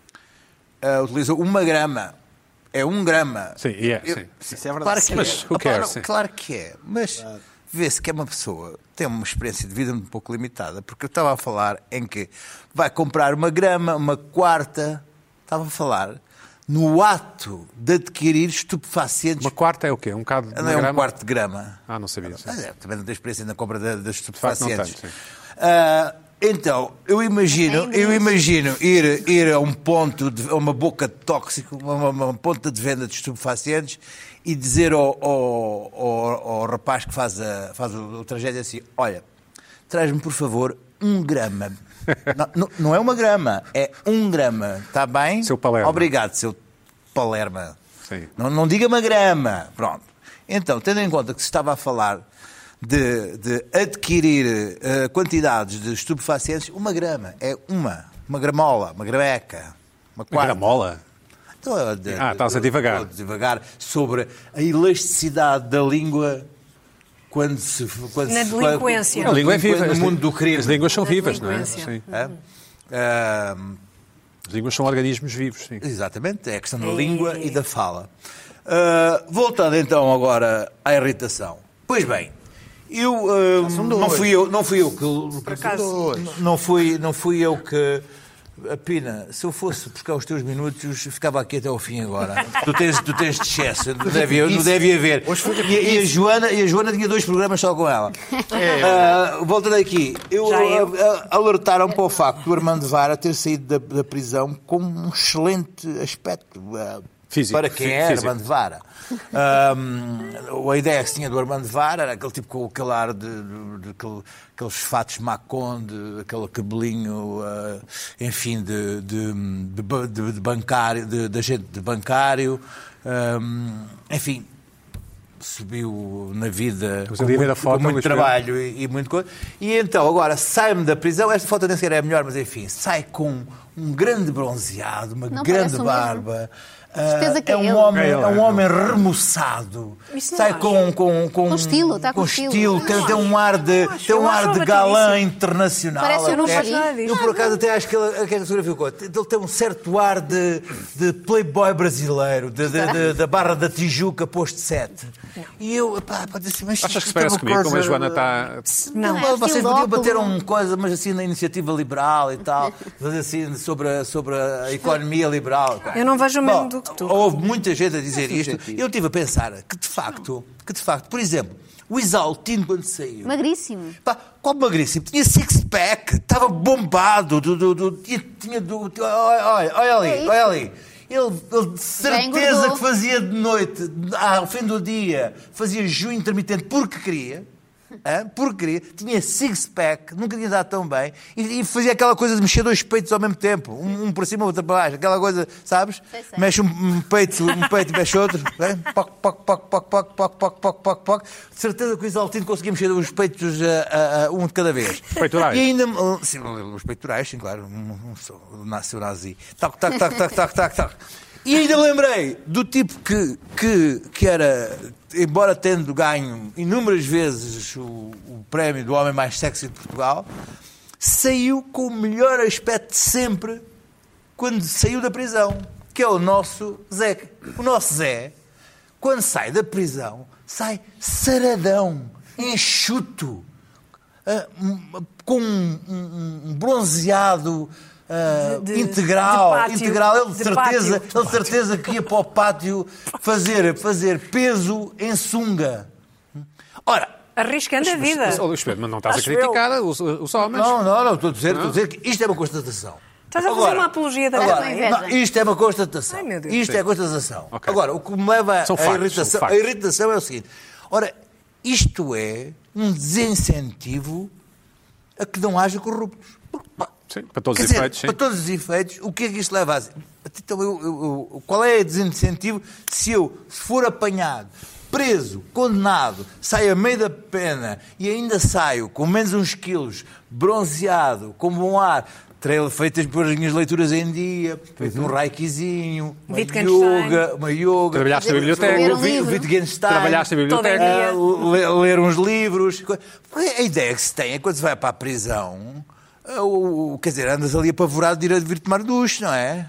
Ah, utilizou uma grama. É um grama. Sim, e é, Eu- sim. Isso é verdade. Claro que Mas é. who Opa, cares, não, sim. claro que é. Mas vê-se que é uma pessoa tem uma experiência de vida um pouco limitada, porque eu estava a falar em que vai comprar uma grama, uma quarta, estava a falar no ato de adquirir estupefacientes. Uma quarta é o quê? Um bocado de Não uma é um grama? quarto de grama. Ah, não sabia. Sim. Ah, é, também não tenho experiência na compra de, das facto, não estupefacientes. tenho, sim. Ah, então, eu imagino, Tem eu mesmo. imagino ir, ir a um ponto, de, a uma boca de tóxico, uma, uma, uma ponta de venda de estupefacientes e dizer ao, ao, ao, ao rapaz que faz, a, faz o, o trajeto assim, olha, traz-me por favor um grama. não, não, não é uma grama, é um grama, está bem? Seu Palerma. Obrigado, seu Palerma. Sim. Não, não diga uma grama. Pronto. Então, tendo em conta que se estava a falar de, de adquirir eh, quantidades de estupefacientes, uma grama é uma. Uma gramola, uma grameca. Uma Uma quarta. gramola? Estou a, de- Ah, estás a divagar. estou a divagar sobre a elasticidade da língua quando se... Quando Na se- delinquência. A língua é viva. No As mundo lí- do crime. As línguas são Da vivas, não é? delinquência. Sim. Hã? Ah, As línguas são organismos vivos, sim. Exatamente, é a questão da É. língua e da fala. Ah, voltando então agora à irritação. Pois bem, eu ah, não fui eu, não fui eu que Por acaso. não fui, não fui eu que a Pina, se eu fosse buscar os teus minutos, ficava aqui até ao fim agora. Tu tens, tu tens de excesso, não deve, não deve haver. E, e a Joana, e a Joana tinha dois programas só com ela. Ah, voltando aqui, eu, Já eu. ah, ah, alertaram para o facto do Armando Vara ter saído da, da prisão com um excelente aspecto. ah, Físico, Para quem fí- é físico. Armando Vara. Um, a ideia que se tinha do Armando Vara era aquele tipo com aquele ar de, de, de aquele, aqueles fatos Maconde, aquele cabelinho, uh, enfim, de, de, de, ba- de- de bancário, de, de agente de bancário, um, enfim. Subiu na vida Mas com ali a ver muito, a foto, com muito Luís Pedro. trabalho e, e muito coisa. E então, agora, sai-me da prisão. Esta foto nem sequer é a melhor, mas enfim, sai com um grande bronzeado, uma Não grande parece o barba. Certeza Ah, que é é um ele. homem, É ele, é um é. homem remoçado. Isso não Sai acho. com, com, com, Com estilo, está com com estilo. estilo, Não tem, tem um ar de, acho, tem um eu ar acho de galã bacaníssimo. internacional. Parece um Eu não até. gosto nada disso. Eu, por acaso, até acho que ele, que ele fotografia, ele tem um certo ar de, de playboy brasileiro, de, de, de- da Barra da Tijuca, posto sete. E eu, pá, pá, disse, mas Achas que isto se parece é uma comigo, como a coisa- Joana está... Não. é Vocês podiam filóculo. bater um coisa, mas assim, na iniciativa liberal e tal, fazer assim sobre a, sobre a economia liberal. Eu não vejo o mesmo Bom, do que tu. Houve muita gente a dizer isto. Eu estive a pensar que, de facto, que de facto, por exemplo, o Isaltino, quando saiu. Magríssimo. Pá, qual magríssimo? Tinha six-pack, estava bombado. Do, do, do, tinha, tinha do, olha, olha ali, olha ali. Ele, ele de certeza que fazia de noite, ao fim do dia, fazia jejum intermitente porque queria. Hã? Porque queria. Tinha six-pack, nunca tinha dado tão bem. E, e fazia aquela coisa de mexer dois peitos ao mesmo tempo. Um, um para cima, outro para baixo. Aquela coisa, sabes? Sei, sei. Mexe um, um peito, um peito e mexe outro. Poc, poc, poc, poc, poc, poc, poc, poc, poc, poc. De certeza que o Isaltino conseguia mexer os peitos a, a, a um de cada vez. Peitorais. E ainda... Sim, os peitorais, sim, claro. Um, um, nasceu nazi. Tac, tac, tac, tac, tac, tac, tac. E ainda lembrei do tipo que, que, que era, embora tendo ganho inúmeras vezes o, o prémio do homem mais sexy de Portugal, saiu com o melhor aspecto de sempre quando saiu da prisão, que é o nosso Zé. O nosso Zé, quando sai da prisão, sai saradão, enxuto, uh, com um, um, um bronzeado... Uh, De- de- integral, de pátio. integral. Ele de, De certeza, pátio. ele de certeza que ia para o pátio fazer, fazer peso em sunga. Ora, Arriscando a vida. Mas, oh, Luís Pedro, mas não estás a Acho criticar os, os homens. não, não, não, estou a dizer, estou a dizer que isto é uma constatação. Estás a fazer uma apologia da agora, inveja. não, isto é uma constatação. Ai, meu Deus. Isto Sim. é constatação. Ok. Agora, o que me leva São à factos, irritação, são a factos. irritação é o seguinte. Ora, isto é um desincentivo a que não haja corruptos. Porque, pá, Sim, para todos Quer os dizer, efeitos, sim. para todos os efeitos, o que é que isto leva a dizer? Então, eu, eu, eu, qual é o desincentivo se eu se for apanhado, preso, condenado, saio a meio da pena e ainda saio com menos uns quilos, bronzeado, com bom ar, terei feitas por as minhas leituras em dia, feito Uhum. um reikizinho, uma Wittgenstein. yoga, uma yoga, Trabalhaste na Ler biblioteca. um livro. Wittgenstein, Trabalhaste na Todo biblioteca. dia. a ler, ler uns livros. A ideia que se tem é que quando se vai para a prisão, o, o- quer dizer, andas ali apavorado de ir a vir tomar duche, não é?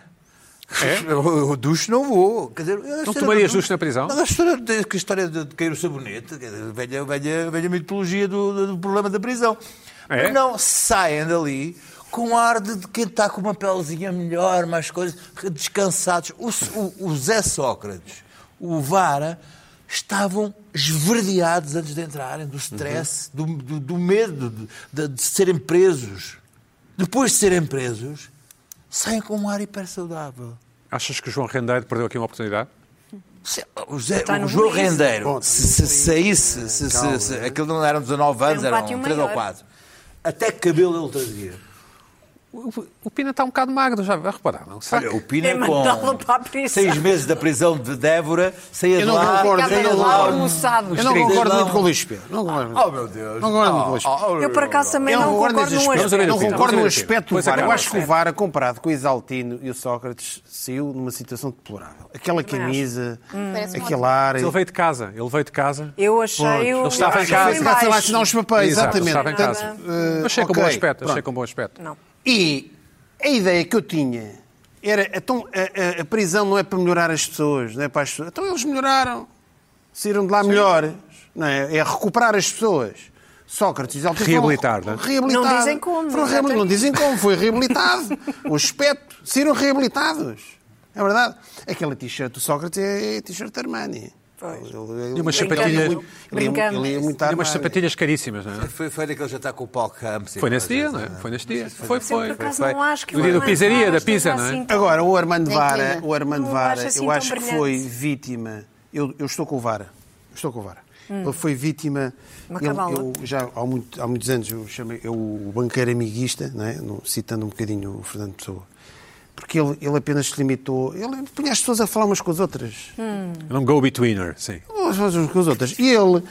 É? Eu, eu duche não vou. Quer dizer, Não tomarias duche na prisão? Não, a história, de, que a história de, de cair o sabonete, quer dizer, velha, velha, velha mitologia do, do, do problema da prisão. É? Não saem dali com ar de, de quem está com uma pelezinha melhor, mais coisas, descansados. O, o, o Zé Sócrates, o Vara, estavam esverdeados antes de entrarem, do stress, do, do, do medo de, de, de serem presos. Depois de serem presos, saem com um ar hiper saudável. Achas que o João Rendeiro perdeu aqui uma oportunidade? Se- O, Zé, Está no o João juízo. Rendeiro, Bom, se, se saísse, se, se, se, aquilo não eram dezanove anos, Era um eram pátio três ou maior. quatro. Até cabelo ele trazia. O, o Pina está um bocado magro, já repararam? Será Olha, que- o Pina É mandá-lo com para a prisão. seis meses da prisão de Débora, saía Eu de não lá... concordo, saía eu não de lá concordo. Almoçado. Eu não Os concordo três muito com o não. Luís Pedro. Não concordo. Oh, meu Deus. Não concordo muito com o Luís Pedro. Oh, oh, Eu, por acaso, também Eu não concordo concordo nesse num aspecto. Vamos a ver aspecto. o Não Pina. concordo no Vamos ver o Pina. aspecto do Pois VAR. Eu acaba. acho que o VAR, comparado com o Isaltino e o Sócrates, saiu numa situação deplorável. Aquela Também camisa, Parece um aquele ar... Ele veio de casa, ele veio de casa. Eu achei o... Ele estava em eu casa. achei Se calhar foi lá baixo. assinar os papéis, Exato, ele exatamente. estava em casa. Portanto, Achei com ok, bom aspecto, achei pronto. com bom aspecto. Não. E a ideia que eu tinha era, então, a, a- a prisão não é para melhorar as pessoas, não é para as pessoas. Então eles melhoraram, saíram de lá melhores, não é? É recuperar as pessoas. Sócrates e Isaltino foram Reabilitar, não é? reabilitados. Não dizem como, Foram reabilitados. Não exatamente. dizem como, foi reabilitado. O aspecto, saíram reabilitados. É verdade. Aquela t-shirt do Sócrates é t-shirt Armani. Pois. Ele- ele- E umas ele- sapatilhas- ele- ele- Brincando. ele é muito E umas Armani. sapatilhas caríssimas, não é? Foi, foi naquele jantar com o Paulo Campos. Foi nesse dia, não é? Foi nesse dia. Foi, Por foi. acaso foi. não acho que No o dia do Armando pizzaria, Vara da esteja pizza, não é? assim tão- Agora, o Armando Nem Vara, comida. o Armando Não Vara, acho assim eu tão acho que brilhante. foi vítima. Eu, eu estou com o Vara. Eu estou com o Vara. Ele foi vítima. Uma ele- cabala. eu, já há, muito- há muitos anos eu chamei eu o banqueiro amiguista, não é? No- citando um bocadinho o Fernando Pessoa. Porque ele, ele apenas se limitou. Ele punha as pessoas a falar umas com as outras. Um go-betweener, sim. Umas com as outras. E ele,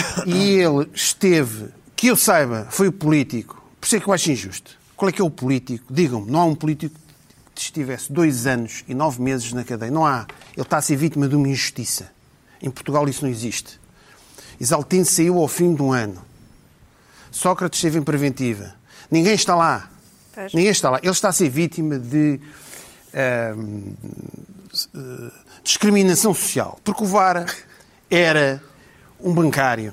e ele esteve, que eu saiba, foi o político. Por isso é que eu acho injusto. Qual é que é o político? Digam-me, não há um político que estivesse dois anos e nove meses na cadeia. Não há. Ele está a ser vítima de uma injustiça. Em Portugal isso não existe. Isaltino saiu ao fim de um ano. Sócrates esteve em preventiva. Ninguém está lá. Pois. Ninguém está lá. Ele está a ser vítima de ahm, eh, discriminação social. Porque o Vara era um bancário.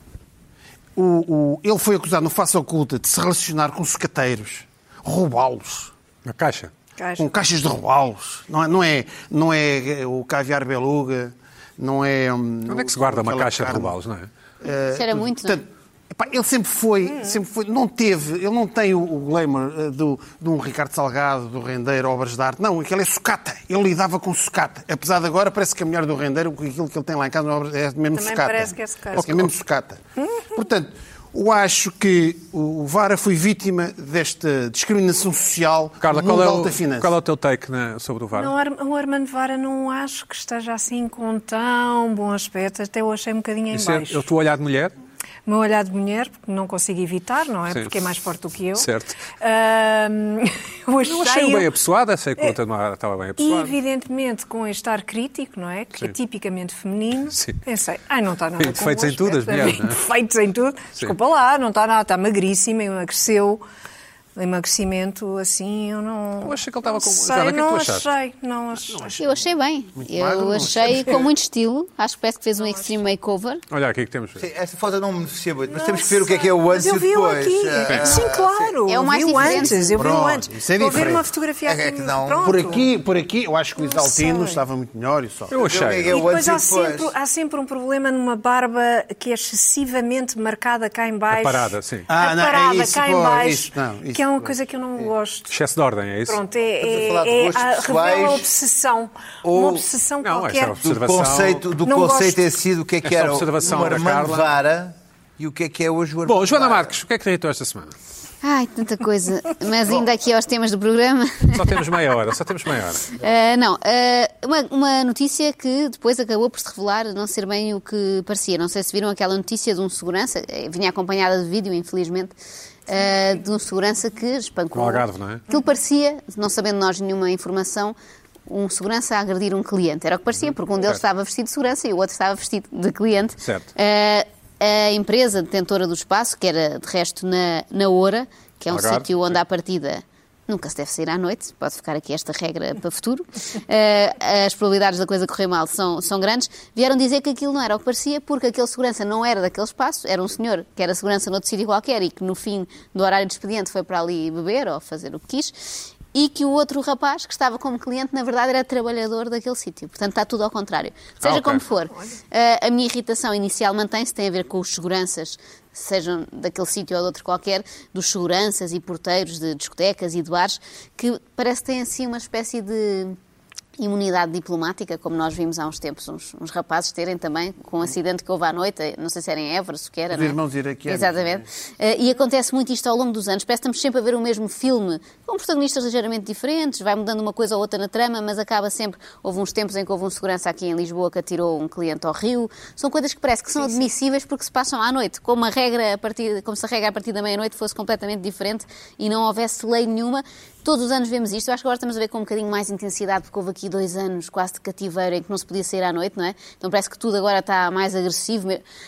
O, o- ele foi acusado no face oculta de se relacionar com sucateiros, roubá-los, Na caixa. Caixa. com caixas de roubá-los. Não é, não, é, não é o caviar beluga, não é... hum, Onde é que se guarda uma aquela caixa de carne. roubá-los, não é? Eh, Isso era muito, não é? portanto, Epá, ele sempre foi, hum. sempre foi, não teve, ele não tem o, o glamour uh, do, de um Ricardo Salgado, do Rendeiro, obras de arte. Não, aquele é sucata. Ele lidava com sucata. Apesar de agora, parece que a mulher do Rendeiro, aquilo que ele tem lá em casa, é mesmo Também sucata. parece que é sucata. Parece que é mesmo sucata. Portanto, eu acho que o Vara foi vítima desta discriminação social. Carla, no qual mundo é, da alta o, finança. qual é o teu take né, sobre o Vara? Não, o Armando Vara não acho que esteja assim com tão bom aspecto. Até eu achei um bocadinho em Isso é, baixo. eu estou a olhar de mulher? O meu olhar de mulher, porque não consigo evitar, não é? Sim. Porque é mais forte do que eu. Certo. Um, eu achei, eu achei bem apessoada, sei que o outro estava bem apessoada. Evidentemente, com este ar crítico, não é? Que Sim. é tipicamente feminino. Sim. Pensei, ai, não está nada Sim, com defeitos bom em tudo, as aspecto, mulheres, não é? Defeitos em tudo. Sim. Desculpa lá, não está nada, está magríssima, emagreceu. Emagrecimento, assim, eu não... Eu achei que ele estava com... Sei, Joana, o que é que não tu achaste? achei, não achei. Eu achei bem. Eu magro, não achei com muito estilo. Acho que parece que fez um extreme makeover. Olha aqui que temos. Sim, esta foto não me beneficia muito, mas Não temos que ver o que é que é o sei, antes e o mas eu vi-o depois. aqui. Ah, Sim, claro. É o mais eu vi-o diferente. antes, eu vi-o Pronto, antes. isso é Vou ver diferente. uma fotografia aqui. É que não. Pronto. Por aqui, por aqui, eu acho que o Não Isaltino sei. estava muito melhor e só. Eu o que é que achei. é E o antes depois e há depois. sempre, há sempre um problema numa barba que é excessivamente marcada cá em baixo. A parada, sim. Ah, a não, é parada isso, cá em pô, baixo, isso, não, isso, que é uma pô. coisa que eu não gosto. Excesso de ordem, é isso? Pronto, é, Estamos a é, falar de é, gostos a- pessoais revela obsessão. ou- Uma obsessão Não, qualquer. esta é a Do observação. conceito, do Não conceito gosto. em si do que é que Esta era observação o da Armando Carla. Vara e o que é que é hoje o Armando Bom, Joana Vara. Marques, o que é que te irritou esta semana? Ai, tanta coisa. Mas ainda aqui aos temas do programa. Só temos meia hora, só temos meia hora. Uh, não, uh, uma, uma notícia que depois acabou por se revelar não ser bem o que parecia. Não sei se viram aquela notícia de um segurança, eh, vinha acompanhada de vídeo, infelizmente, uh, de um segurança que espancou. No Algarve, não é? Aquilo parecia, não sabendo nós nenhuma informação, um segurança a agredir um cliente. Era o que parecia, porque um deles Certo. estava vestido de segurança e o outro estava vestido de cliente. Certo. Uh, a empresa detentora do espaço, que era de resto na, na Oura, que é um Algarve, sítio onde sim. à partida nunca se deve sair à noite, pode ficar aqui esta regra para o futuro, uh, as probabilidades da coisa correr mal são, são grandes, vieram dizer que aquilo não era o que parecia, porque aquele segurança não era daquele espaço, era um senhor que era segurança noutro sítio qualquer e que no fim do horário de expediente foi para ali beber ou fazer o que quis, e que o outro rapaz, que estava como cliente, na verdade era trabalhador daquele sítio. Portanto, está tudo ao contrário. Seja Ah, ok. como for, uh, a minha irritação inicial mantém-se, tem a ver com os seguranças, sejam daquele sítio ou de outro qualquer, dos seguranças e porteiros de discotecas e de bares, que parece que têm assim uma espécie de imunidade diplomática, como nós vimos há uns tempos uns, uns rapazes terem também, com um acidente que houve à noite, não sei se era em Évora, se que era, Os não é? irmãos iraquianos. Exatamente. Uh, e acontece muito isto ao longo dos anos. Parece que estamos sempre a ver o mesmo filme, com protagonistas ligeiramente diferentes, vai mudando uma coisa ou outra na trama, mas acaba sempre... Houve uns tempos em que houve um segurança aqui em Lisboa que atirou um cliente ao rio. São coisas que parece que são admissíveis porque se passam à noite, como, a regra a partir, como se a regra a partir da meia-noite fosse completamente diferente e não houvesse lei nenhuma. Todos os anos vemos isto. Eu acho que agora estamos a ver com um bocadinho mais intensidade, porque houve aqui dois anos quase de cativeiro em que não se podia sair à noite, não é? Então parece que tudo agora está mais agressivo.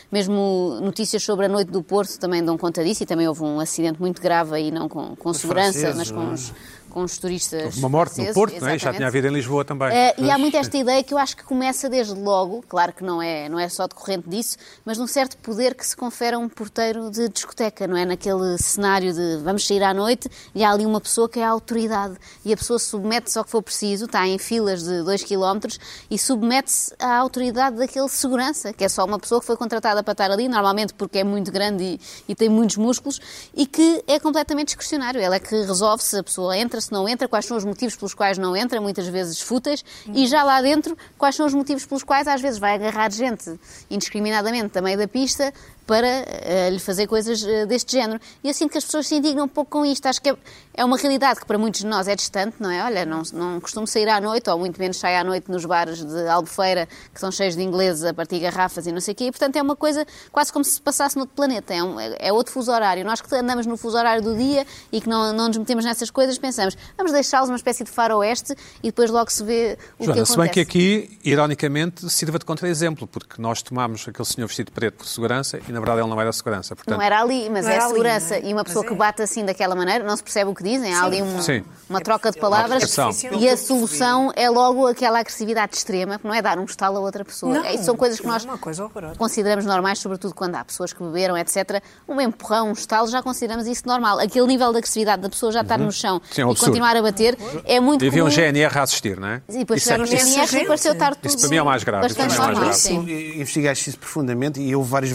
Mesmo notícias sobre a noite do Porto também dão conta disso, e também houve um acidente muito grave aí, não com, com segurança, franceses, mas com não é? os, com os turistas. Houve uma morte no franceses, Porto, não é? Já exatamente. tinha havido em Lisboa também. Uh, e há muito esta ideia que eu acho que começa desde logo, claro que não é, não é só decorrente disso, mas de um certo poder que se confere a um porteiro de discoteca, não é? Naquele cenário de vamos sair à noite e há ali uma pessoa que é a autoridade e a pessoa submete-se ao que for preciso, está em filas de dois quilómetros e submete-se à autoridade daquele segurança, que é só uma pessoa que foi contratada para estar ali, normalmente porque é muito grande e, e tem muitos músculos, e que é completamente discricionário. Ela é que resolve se a pessoa entra, se não entra, quais são os motivos pelos quais não entra, muitas vezes fúteis, e já lá dentro, quais são os motivos pelos quais às vezes vai agarrar gente indiscriminadamente a meio da pista para uh, lhe fazer coisas uh, deste género. E eu sinto que as pessoas se indignam um pouco com isto. Acho que é, é uma realidade que para muitos de nós é distante, não é? Olha, não, não costumo sair à noite, ou muito menos saio à noite nos bares de Albufeira, que estão cheios de ingleses a partir garrafas e não sei o quê. E, portanto, é uma coisa quase como se se passasse noutro planeta. É, um, é outro fuso horário. Nós que andamos no fuso horário do dia e que não, não nos metemos nessas coisas, pensamos, vamos deixá-los uma espécie de faroeste e depois logo se vê o Joana, que se bem acontece. que aqui, ironicamente, sirva de contra-exemplo, porque nós tomámos aquele senhor vestido de preto por segurança e, na verdade, ele não era segurança. Portanto, Não era ali, mas Não é era ali, segurança. não é? E uma pessoa Mas que é. bate assim daquela maneira, não se percebe o que dizem. Há ali um- Sim. uma troca de palavras percepção. e a solução é logo aquela agressividade extrema, que não é dar um estalo a outra pessoa. Não, Isso são coisas que é nós uma coisa horrorosa. consideramos normais, sobretudo quando há pessoas que beberam, etcétera. Um empurrão, um estalo, já consideramos isso normal. Aquele nível de agressividade da pessoa já estar no chão Sim, é um e absurdo. continuar a bater é muito e havia um comum. G N R a assistir, não é? E depois Isso é- tiveram o isso- G N R e pareceu estar tudo Isso para mim é o mais grave, isso bastante para mim é o mais normal. grave. Sim. Investigaste isso profundamente e houve várias versões Não, não da sei,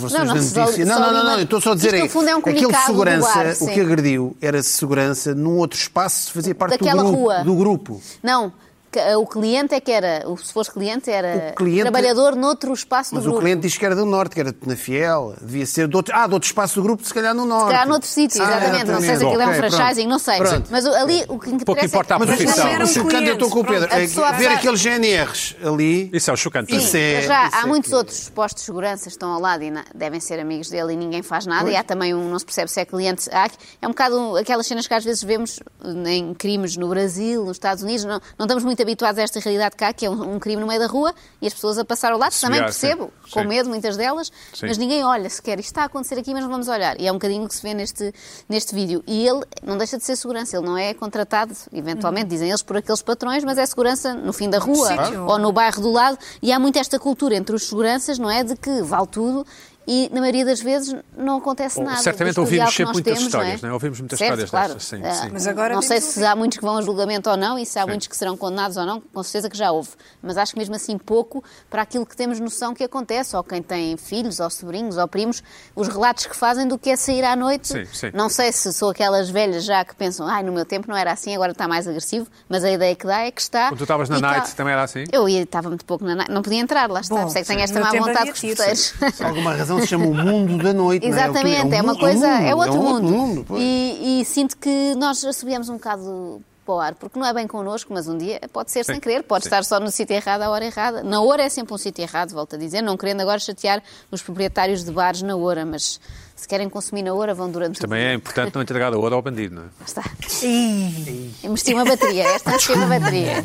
notícia. Não, não, não, não, eu estou só a dizer Isto, no fundo, é um aquele comunicado segurança, do ar, o sim. que agrediu era segurança num outro espaço, fazia parte do Daquela grupo, rua. do grupo. Não, que- o cliente é que era, o- se fosse cliente, era O cliente- trabalhador noutro espaço Mas do o grupo. cliente diz que era do Norte, que era de Penafiel, devia ser de outro, ah, de outro espaço do grupo, se calhar no Norte. Se calhar noutro sítio, Ah, exatamente. Não sei se exatamente. aquilo é um Ok, franchising, pronto. não sei. Pronto. Mas o- ali o que Pouco interessa importa a é que... Mas o, profissão. não eram o chocante, eu estou com o Pedro, A é pessoa ver sabe- aqueles G N Rs ali... Isso é o chocante. Isso Sim, é- mas já isso há é muitos que- outros postos de segurança que estão ao lado e na- devem ser amigos dele e ninguém faz nada. Pois. E há também um, não se percebe se é cliente. Há, é um bocado aquelas cenas que às vezes vemos em crimes no Brasil, nos Estados Unidos. Não, não estamos muito habituados a esta realidade cá, que é um, um crime no meio da rua e as pessoas a passar ao lado. Também Desviar, percebo, sim. com Sim. medo, muitas delas, Sim. mas ninguém olha sequer. Isto está a acontecer aqui, mas não vamos olhar. E é um bocadinho o que se vê neste, neste vídeo. E ele não deixa de ser segurança. Ele não é contratado, eventualmente, dizem eles, por aqueles patrões, mas é segurança no fim da rua sítio. ou no bairro do lado. E há muito esta cultura entre os seguranças, não é? De que vale tudo e, na maioria das vezes, não acontece Bom, nada. certamente do ouvimos historial que sempre nós muitas temos, histórias, não é? não é? Ouvimos muitas Certo, histórias claro. destas, sim, Ah, sim. Mas agora não sei temos se há muitos que vão a julgamento ou não e se há muitos que serão condenados ou não, com certeza que já houve. Mas acho que mesmo assim pouco para aquilo que temos noção que acontece, ou quem tem filhos, ou sobrinhos, ou primos, os relatos que fazem do que é sair à noite. Sim, sim. Não sei se sou aquelas velhas já que pensam, ai, no meu tempo não era assim, agora está mais agressivo, mas a ideia que dá é que está... Quando tu estavas na e night tá- também era assim? Eu ia, estava muito pouco na night, não podia entrar, lá está, Bom, por isso é que tenho sim. esta No má tempo vontade havia com os tiros. porteiros. Por alguma razão se chama o mundo da noite, não é? Exatamente, é, um uma mundo- coisa, um mundo, é outro um mundo. pois. e, e sinto que nós assobiamos um bocado para o ar, porque não é bem connosco, mas um dia pode ser Sim, sem querer, pode sim. estar só no sítio errado à hora errada. Na hora é sempre um sítio errado, volto a dizer, não querendo agora chatear os proprietários de bares na hora, mas se querem consumir na hora, vão durante o Também dia. é importante não entregar a ouro ao bandido, não é? Lá está. Ih, Investi uma bateria, esta é uma bateria.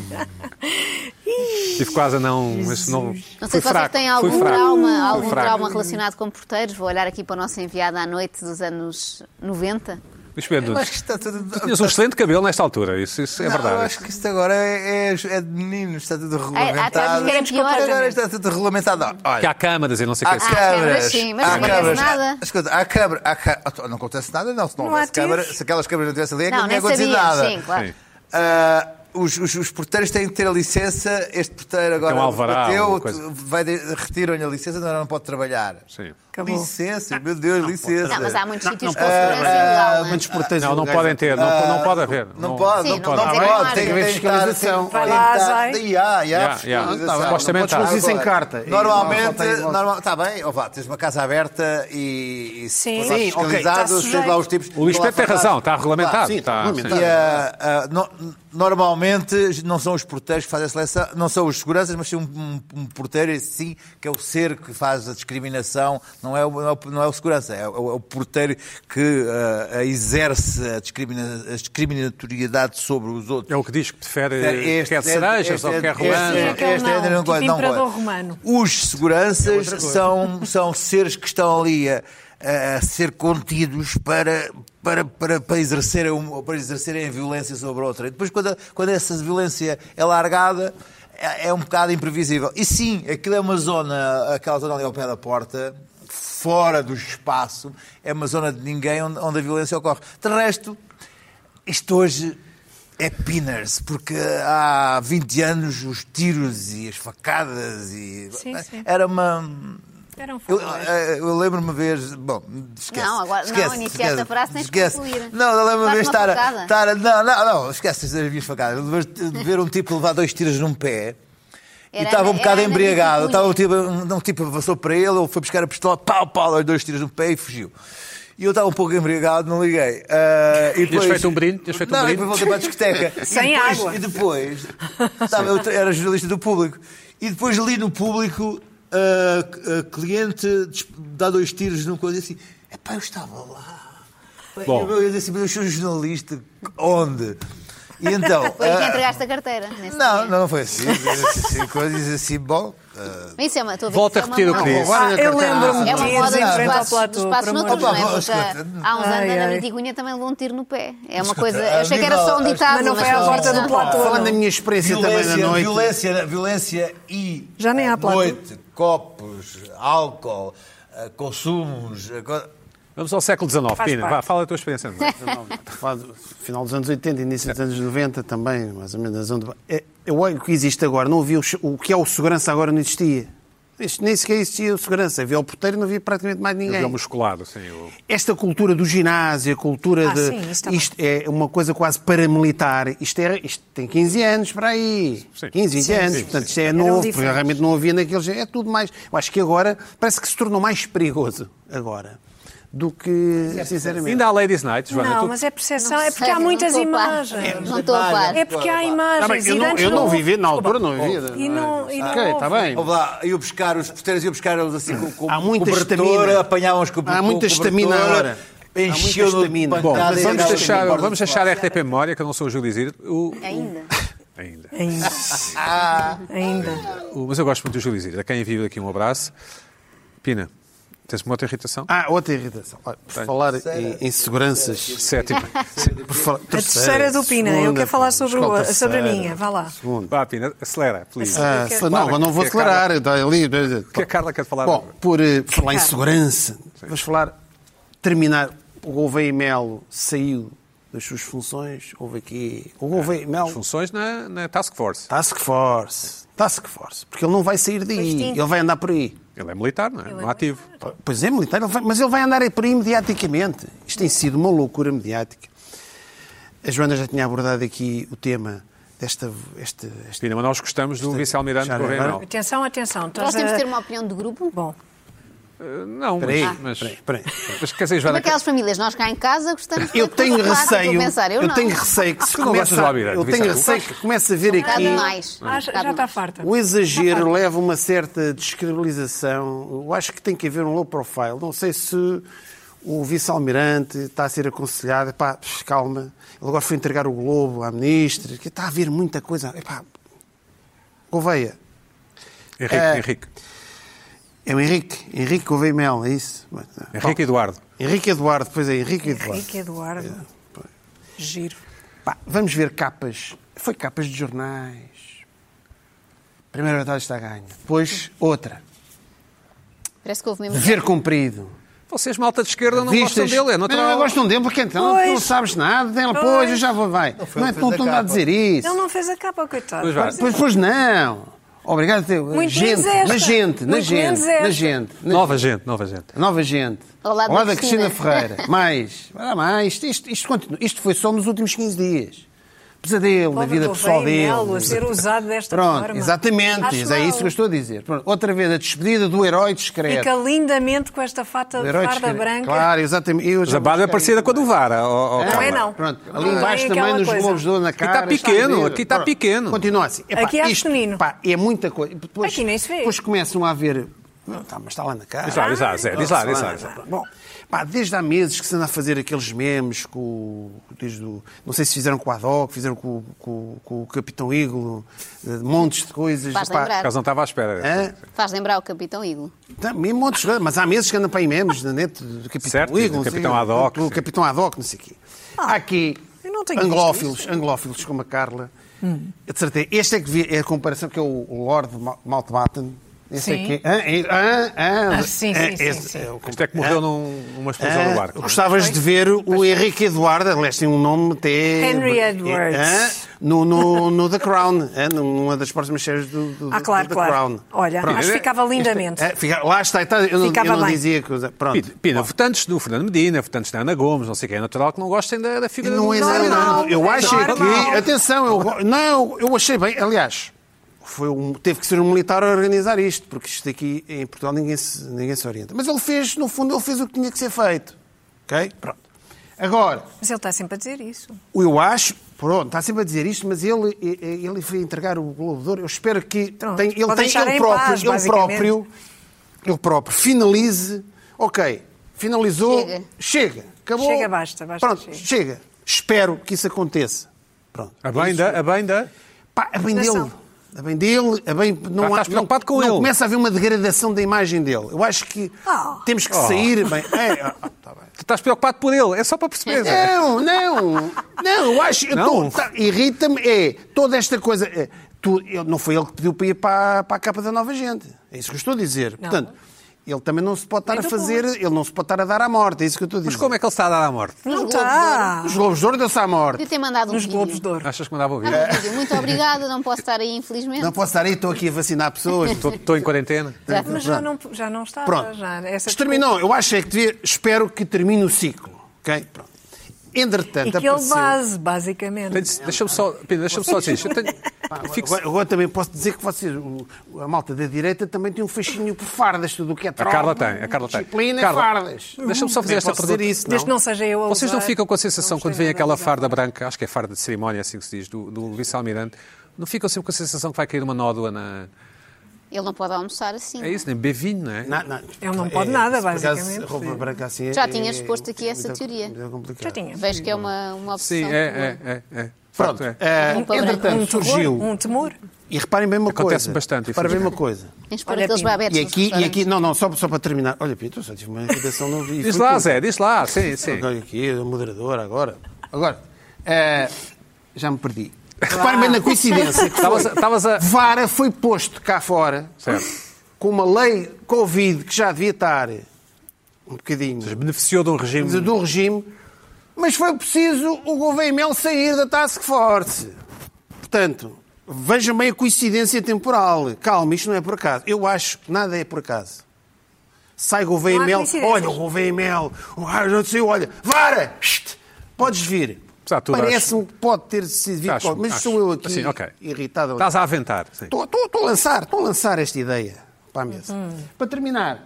Tive quase a não... Mas não Não fui sei se vocês fraco, têm fui algum fraco. trauma, Fui algum fraco. trauma relacionado com porteiros. Vou olhar aqui para o nosso enviado à noite dos anos noventa. Luís Pedro, Eu acho que está tudo... tu tinhas um excelente cabelo nesta altura, isso, isso é Não, verdade. eu acho que isto agora é, é, é de meninos, está tudo regulamentado. há tempos que era pior. Agora está tudo regulamentado. Olha, Que há câmaras e não sei o há que. Ah, câmaras, câmaras, sim, mas há não acontece câmaras. nada. Escuta, há câmaras, há ca- não acontece nada, não. Se não, Não houvesse há tiros. câmara, se aquelas câmaras não tivessem ali, é que Não, não tinha nem acontecido sabia, nada. sim, claro. Sim. Ah, os, os, os porteiros têm que ter a licença. Este porteiro agora Tem um alvará, bateu, uma coisa. vai de, retiram-lhe a licença, agora não pode trabalhar. Sim. Acabou. Licença, meu Deus, licença. Não, mas há muitos sítios com pode- segurança ah, ilegal, não é? muitos porteiros Não, não ilegais. podem ter, não, não pode haver. Não pode, Sim, não não pode. quer Não dizer que não pode. há. Tem que Tem ter fiscalização. Tem que Yeah, estar- sai. tem- yeah, yeah, Yeah, fiscalização. yeah. Tá bem, Supostamente não podes fazer isso Agora, em carta. E Normalmente, não falta igual. normal, está bem, ó vá, tens uma casa aberta e, e se Sim. for lá Sim, fiscalizado, ok. tens lá os tipos. O Luís estão lá Pedro tem fardados. razão, está regulamentado. Sim, está está- regulamentado. E, ah, ah, no- normalmente não são os porteiros que fazem a seleção, não são os seguranças, mas sim um, um, um porteiro, sim, que é o ser que faz a discriminação, não é o, não é o, não é o segurança, é o, é o porteiro que ah, exerce a, discrimina, a discriminatoriedade sobre os outros. É o que diz que prefere Este- quer este- cerejas este- ou quer este- rolãs. este- ou- Aquele este é não, não tipo gosto, não imperador gosto. romano. Os seguranças são, são seres que estão ali a, a ser contidos para, para, para, para, exercerem, um- para exercerem a violência sobre outra. E depois, quando, a- quando essa violência é largada, é, é um bocado imprevisível. E sim, aquilo é uma zona, aquela zona ali ao pé da porta, fora do espaço, é uma zona de ninguém onde, onde a violência ocorre. De resto, isto hoje é pinners, porque há vinte anos os tiros e as facadas e... Sim, sim. Era uma... Era um Eu, faroeste. eh, eu lembro uma vez... Bom, esquece. Não, agora- não, esquece, iniciaste esquece, a frase, tens que esquece. concluir. Não, eu lembro uma Faz vez uma estar, a- facada. estar a... Não, não, não, esquece as minhas facadas. De ver um tipo levar dois tiros num pé... E Era estava um na- bocado era na embriagado. Viticunha. Estava um tipo, um, um tipo avançou para ele, ele foi buscar a pistola, pau, pau, deu dois tiros no pé e fugiu. E eu estava um pouco embriagado, não liguei. Ah, e depois... feito um brinde? Tinhas feito um não, brinde? e depois voltei para a discoteca. Sem e depois, água. E depois... Estava, eu era jornalista do Público. E depois li no Público, ah, a cliente dis- dá dois tiros numa coisa assim. Epá, eu estava lá. Bom. Eu, eu disse assim, mas eu sou jornalista. Onde? E então... Foi que ah, entregaste a carteira. Nesse não, dia. não, não foi assim. assim coisas assim, bom... ah, Isso é uma, estou a ver Volta que a isso é repetir uma o que moda. disse. Ah, eu lembro-me É de uma tiros moda em dos frente ao espaços, dos platô. espaços por amor noturnos, de não é? Deus. Porque Escuta, há uns ai, anos na ai. Vitigunha também levou um tiro no pé. É uma Escuta, coisa... a Eu achei que era nível- só um ditado. Mas não foi à não. porta do platô. Falando da minha experiência também na Violência, noite. violência, violência e Já nem há à platô. noite, copos, álcool, ah, consumos. ah, co- Vamos ao século dezenove, Faz Pina, parte. vá, fala a tua experiência. Fala do final dos anos oitenta, início dos anos noventa também, mais ou menos. na zona de- É, eu olho o que existe agora, não havia o, o que é o segurança agora não existia. Isto nem sequer existia o segurança. Havia o porteiro e não havia praticamente mais ninguém. Havia musculado, sim. O... Esta cultura do ginásio, a cultura Ah, de... sim, isso também. isto é uma coisa quase paramilitar. Isto, é, isto tem quinze anos para aí. Sim. quinze, vinte Sim, anos. sim, Portanto, sim. isto é Eram novo, porque diferentes. realmente não havia naqueles... É tudo mais... Eu acho que agora parece que se tornou mais perigoso agora do que, sinceramente. Ainda há Ladies Night, Joana. Não, tu- mas é percepção, Não é porque sei, há muitas não estou a par. imagens. Não estou a par. É porque há Tá bem, imagens. eu e não, antes eu não houve. vivi, na altura não vivia. E não, e não Ok, está houve. bem. Houve lá, iam buscar, os porteiros iam buscar eles assim com, com Há muita cobertor, estamina. apanhavam-os com, Há com muita cobertor, estamina agora. Há muita enchiam-no de estamina. Bom, pancada e vamos andavam deixar, embora vamos do deixar a R T P Memória, que eu não sou o Júlio Isidro. O, Ainda. o, ainda. Ainda. Ainda. O- mas eu gosto muito do Júlio Isidro. A quem vive aqui um abraço. Pina, tens uma outra irritação? Ah, outra irritação. Olha, por falar em, em seguranças... Sétima. Por falar, A terceira do Pina. Eu quero falar sobre, o, sobre a minha. Vá lá. Segunda. Vá, Pina, acelera, please. Ah, Eu quero- se- não, eu não vou que a acelerar. Está ali. que a Carla quer falar Bom, agora. por eh, por falar em Carla. segurança, vamos falar, terminar. O Gouveia Melo saiu das suas funções. Houve aqui. O Gouveia Melo. Funções na, na Task Force. Task Force. Task Force. Porque ele não vai sair daí. Extinto. Ele vai andar por aí. Ele é militar, não é? Não ativo. Pois é, militar, ele vai- mas ele vai andar por aí mediaticamente. Isto tem sido uma loucura mediática. A Joana já tinha abordado aqui o tema desta. Este, este, Pina, mas nós gostamos do vice-almirante Já Gouveia agora? Melo. Atenção, atenção. Nós Estás temos a- de ter uma opinião do grupo. Bom, Uh, Não, Espera aí, mas, mas, espera aí, espera aí. mas quer dizer, Como Joana, aquelas famílias, nós cá em casa gostamos de Eu ter tenho coisa lá, estou a receio, pensar, eu, eu não. tenho receio que se Tu não gostas comece do a, Almirante, eu tenho Vicente? receio que comece a ver Um bocado aqui mais. ah, já, já está farta. o exagero leva a uma certa descredibilização. Eu acho que tem que haver um low profile. Não sei se o vice-almirante está a ser aconselhado. Epá, calma, ele agora foi entregar o Globo à ministra. Que está a haver muita coisa. Epá, Gouveia. Henrique, É. Henrique. É o Henrique. Henrique Gouveia Melo, é isso? Henrique Eduardo. Henrique Eduardo, pois é, Henrique Eduardo. Henrique Eduardo. Giro. Pá, vamos ver capas. Foi capas de jornais. Primeira batalha está a ganha. Depois, outra. Parece que houve mesmo. Dever cumprido. Vocês, malta de esquerda, não Vistas. gostam dele, é natural. Não, gostam dele porque então Pois. tu não sabes nada dela. Pois, Pois. eu já vou, vai. foi Não é ele que tu fez a não a capa. dizer isso. Ele não fez a capa, coitado. Pois vai. Pois, pois não. Obrigado, teu. Muito gente, menos esta. na gente, na Muito gente, menos na esta. gente. na Nova gente, nova gente. Nova gente. Ao lado Ao lado da da Cristina Cristina. Ferreira. Mais. Vai lá mais. Isto, isto, isto, continua. Isto foi só nos últimos quinze dias. Pesadelo na Pobre vida pessoal Gouveia dele. Melo a ser usado desta Pronto, forma. exatamente. Acho É mal. isso que eu estou a dizer. Pronto, outra vez, a despedida do herói discreto. Fica lindamente com esta fata, Do herói farda discreto. branca. Claro, exatamente. Eu Mas já a barba é busquei parecida isso com a do também. Vara. ó- ó, Não Carla. é, não. Pronto, ali Não embaixo é também aquela nos coisa. globos de ouro na cara. está está a pequeno, ver. aqui está Pronto, pequeno. Continua assim. Epá, Aqui acho isto, pequenino. pá, é muita coisa. Depois, Aqui nem se vê. Depois começam a haver... Não, tá, mas está lá na cara. Diz lá, diz lá, Zé, diz lá, diz lá. Diz lá. Bom, pá, desde há meses que se anda a fazer aqueles memes com o... Desde o não sei se fizeram com o Adoc, fizeram com, com, com o Capitão Ígolo, de montes de coisas. Faz pá, lembrar. Por acaso não estava à espera. hã? Faz lembrar o Capitão Iglo. Tá, mesmo montes de coisas, mas há meses que andam para aí memes na net do Capitão Certo, Ígolo, do não sei Capitão quê, Haddock, do sim. Capitão Haddock, não sei o quê. Há aqui eu não tenho visto anglófilos, anglófilos como a Carla. Eu te certei, este é que vi, é a comparação que é o Lord Mountbatten. Esse é Sim. que é. Ah, ah, ah, Ah, sim, sim, ah, sim, esse sim. é o- Isto é que morreu num- numa explosão Ah, do barco. gostavas de ver o Henrique Eduardo, aliás, tem um nome até. Henry Edwards. Ah, no, no, no The Crown, ah, numa das próximas séries do, do, Ah, claro, do The claro. Crown. Olha, Pronto. acho que ficava lindamente. É, fica- lá está, está eu não, Ficava eu não bem. dizia que. Pronto. Pina, Pina, votantes do Fernando Medina, votantes da Ana Gomes, não sei o que, é natural que não gostem da, da figura Não é do nada, normal, não. Eu é acho é normal. que. Atenção, eu, go- não, eu achei bem. Aliás, foi um, teve que ser um militar a organizar isto, porque isto aqui em Portugal ninguém se, ninguém se orienta. Mas ele fez, no fundo, ele fez o que tinha que ser feito. Ok? Pronto. Agora, Mas ele está sempre a dizer isso. eu acho, pronto, está sempre a dizer isto, mas ele, ele foi entregar o Globo de Ouro. Eu espero que Pronto, tem, ele, pode tem, deixar ele, em próprio, paz, ele, basicamente. próprio, ele próprio finalize. Ok, finalizou. Chega. Chega. Acabou. Chega, basta, basta, Pronto, chega. chega. Espero que isso aconteça. Pronto. A bem da... A bem da... Pá, a bem Nação. dele. A bem dele, a bem. Não, Ah, há- estás preocupado não, com não ele. começa a haver uma degradação da imagem dele. Eu acho que Ah. temos que sair. Bem, é, ah, tá bem. Tu estás preocupado por ele, é só para perceber. Zé. Não, não, não, eu acho. eu Não. tô- tá, irrita-me é toda esta coisa. É, tu, eu- não foi ele que pediu para ir para, para a capa da Nova Gente. É isso que eu estou a dizer. Não. Portanto, Ele também não se pode estar Muito a fazer, bom. ele não se pode estar a dar à morte, é isso que eu estou a dizer. Mas como é que ele está a dar à morte? Nos Não Globos de Ouro. está. Os Globos de Ouro deu-se à morte. Podia ter mandado um Nos vídeo. Globos de Ouro. Achas que mandava ouvir? Ah, um vídeo. Muito obrigada, não posso estar aí, infelizmente. Não posso estar aí, estou aqui a vacinar pessoas. Estou, estou em quarentena. Exato. Mas já não, já não está. Pronto. Já, essa Isto terminou. Eu acho é que devia, espero que termine o ciclo. Ok? Pronto. Entretanto, E que ele apareceu... base, basicamente. Tenho- Deixa-me só, Pina, deixa-me só dizer isto. Eu tenho- fico- Agora, agora também posso dizer que vocês, o- a malta da direita também tem um fascínio por fardas, tudo o que é A tropa. Carla tem, a Carla tem. Disciplina Carla, e fardas. deixa-me só fazer Também esta posso dizer pergunta. isso, Desde que não seja eu a Vocês não usar, ficam com a sensação, não quando gostei vem nada aquela de farda branca, acho que é farda de cerimónia, assim que se diz, do, do vice-almirante, não ficam sempre com a sensação que vai cair uma nódoa na... Ele não pode almoçar assim. É isso, nem beber vinho, não é? Não, não. Ele não pode nada, por acaso, basicamente. roupa branca assim é- Já é- tinhas é- posto aqui é essa muito- teoria. muito complicado. Já tinha. Vejo que é uma, uma opção. Sim, é, é, é. é. Pronto. Facto, é. eh, Um padrão. entretanto, Um temor. surgiu. Um temor. E reparem bem uma Acontece coisa. bastante, Reparem bem uma infelizmente. coisa. Tens de pôr Olha, aqueles Pina. babetes E nos aqui, e restaurantes. aqui, não, não, só, só para terminar. Olha, Pito, só tive uma irritação no vídeo. Diz lá, Zé, diz lá, sim, sim. Olha aqui, a moderadora agora. Agora, eh, já me perdi. Reparem bem na coincidência. que Estavas foi. a- estavas a... Vara foi posto cá fora Certo. com uma lei Covid que já devia estar um bocadinho Beneficiou de um regime... do regime, mas foi preciso o governo sair da Task Force. Portanto, vejam bem a coincidência temporal. Calma, isto não é por acaso. Eu acho que nada é por acaso. Sai Gouveia Não há Mel, coincidências. olha o Gouveia Mel, o raio não sei, olha, Vara, shht, podes vir. Apesar de tudo, Parece-me que pode ter sido, Acho, mas acho. sou eu aqui Assim, ok. irritado. Estás a aventar. Sim. Estou, estou, estou a lançar, estou a lançar esta ideia para a mesa. Para terminar,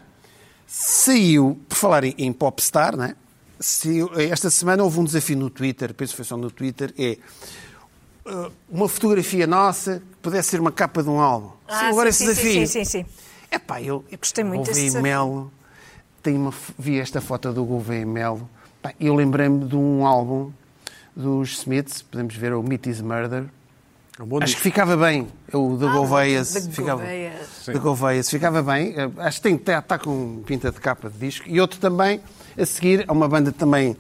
saiu, por falar em, em popstar, não é? Saiu, esta semana houve um desafio no Twitter, penso que foi só no Twitter, é uh, uma fotografia nossa que pudesse ser uma capa de um álbum. Ah, Saiu agora sim, esse sim, desafio. sim, sim, sim. Epá, eu, eu Gostei muito desse Gouveia desafio. Melo, tem uma, vi esta foto do Gouveia Melo, pá, eu lembrei-me de um álbum dos Smiths, podemos ver o Meat is Murder. É um bom Acho disco. que ficava bem, o de Gouveia. de ficava, Gouveia. de Gouveia, se ficava bem. Eh, Acho que tem, está, está com pinta de capa de disco. E outro também, a seguir, há uma banda também,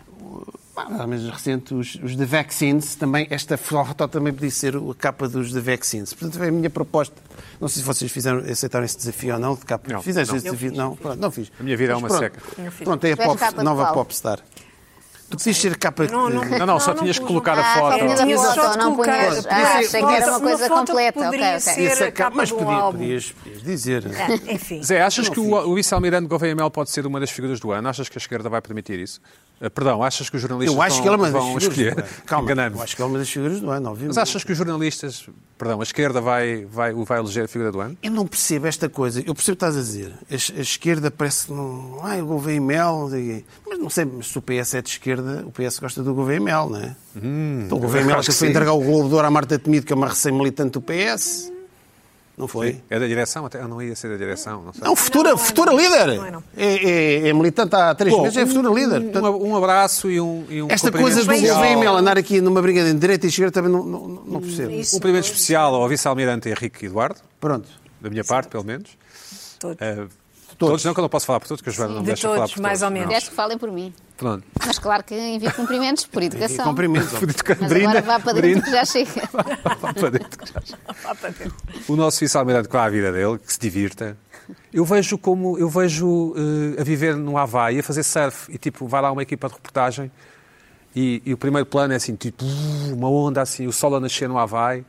mais ou menos recente, os, os The Vaccines, também, esta foto também podia ser a capa dos The Vaccines. Portanto, é a minha proposta. Não sei se vocês fizeram, aceitaram esse desafio ou não, de capa. Não, Fizeste não. esse desafio? Não, pronto, não fiz. A minha vida é Mas uma pronto. seca. Eu fiz. Pronto, é a Tu és pop, capa de nova qual? popstar. Tu podias ser capa de... Não, não. Não, não, só Não, tinhas não que colocar a Ah, foto. só tinhas a Tinha foto, só de não colocar- punhas. podia Ah, ser achei que era uma foto- coisa uma foto completa. poderia Ok, ok. ser- Podia ser a capa mas do podia- álbum. podias, podias dizer. Ah, enfim. Zé, achas que o, o vice-almirante Gouveia Mel pode ser uma das figuras do ano? Achas que a esquerda vai permitir isso? Uh, perdão, achas que os jornalistas Eu acho vão, que ele é uma das vão figuras escolher? do ano. Calma, Enganando-me. eu acho que é uma das figuras do ano, obviamente. Mas achas que os jornalistas, perdão, a esquerda vai, vai, vai eleger a figura do ano? Eu não percebo esta coisa. Eu percebo o que estás a dizer. A, a esquerda parece que não... Ai, o Gouveia Mel... e- Mas não sei, mas se o P S é de esquerda, o P S gosta do Gouveia Mel, não é? Hum, então o Gouveia Mel acho que que foi sim. entregar o Globo de Ouro à Marta Temido, que é uma recém-militante do P S. Não foi? É da direção? Até, ah, não ia ser da direção, não sei. Não, futura, Não, não é, futura não. líder. Não é, não. É, é- é militante há três Bom, meses, é futura líder. Um, Portanto, um abraço e um, e um esta cumprimento coisa do especial. Gouveia Mel andar aqui numa briga de direita e esquerda também não, não, não percebo. Isso. Um cumprimento especial ao vice-almirante Henrique Eduardo, Pronto. da minha parte, pelo menos. Todos. Uh, todos. não, que eu não posso falar por todos, que a Joana não me De deixa falar todos, por mais todos. ou menos. Queres que falem por mim. Pronto. Mas claro que envio cumprimentos por educação. Cumprimentos. Mas agora vá para dentro que já chega. Vá para dentro, que já está. O nosso vice-almirante com a vida dele, que se divirta. Eu vejo como eu vejo eh, a viver no Havaí, a fazer surf, e tipo, vai lá uma equipa de reportagem e, e o primeiro plano é assim, tipo, uh, uma onda assim, o sol a nascer no Havaí.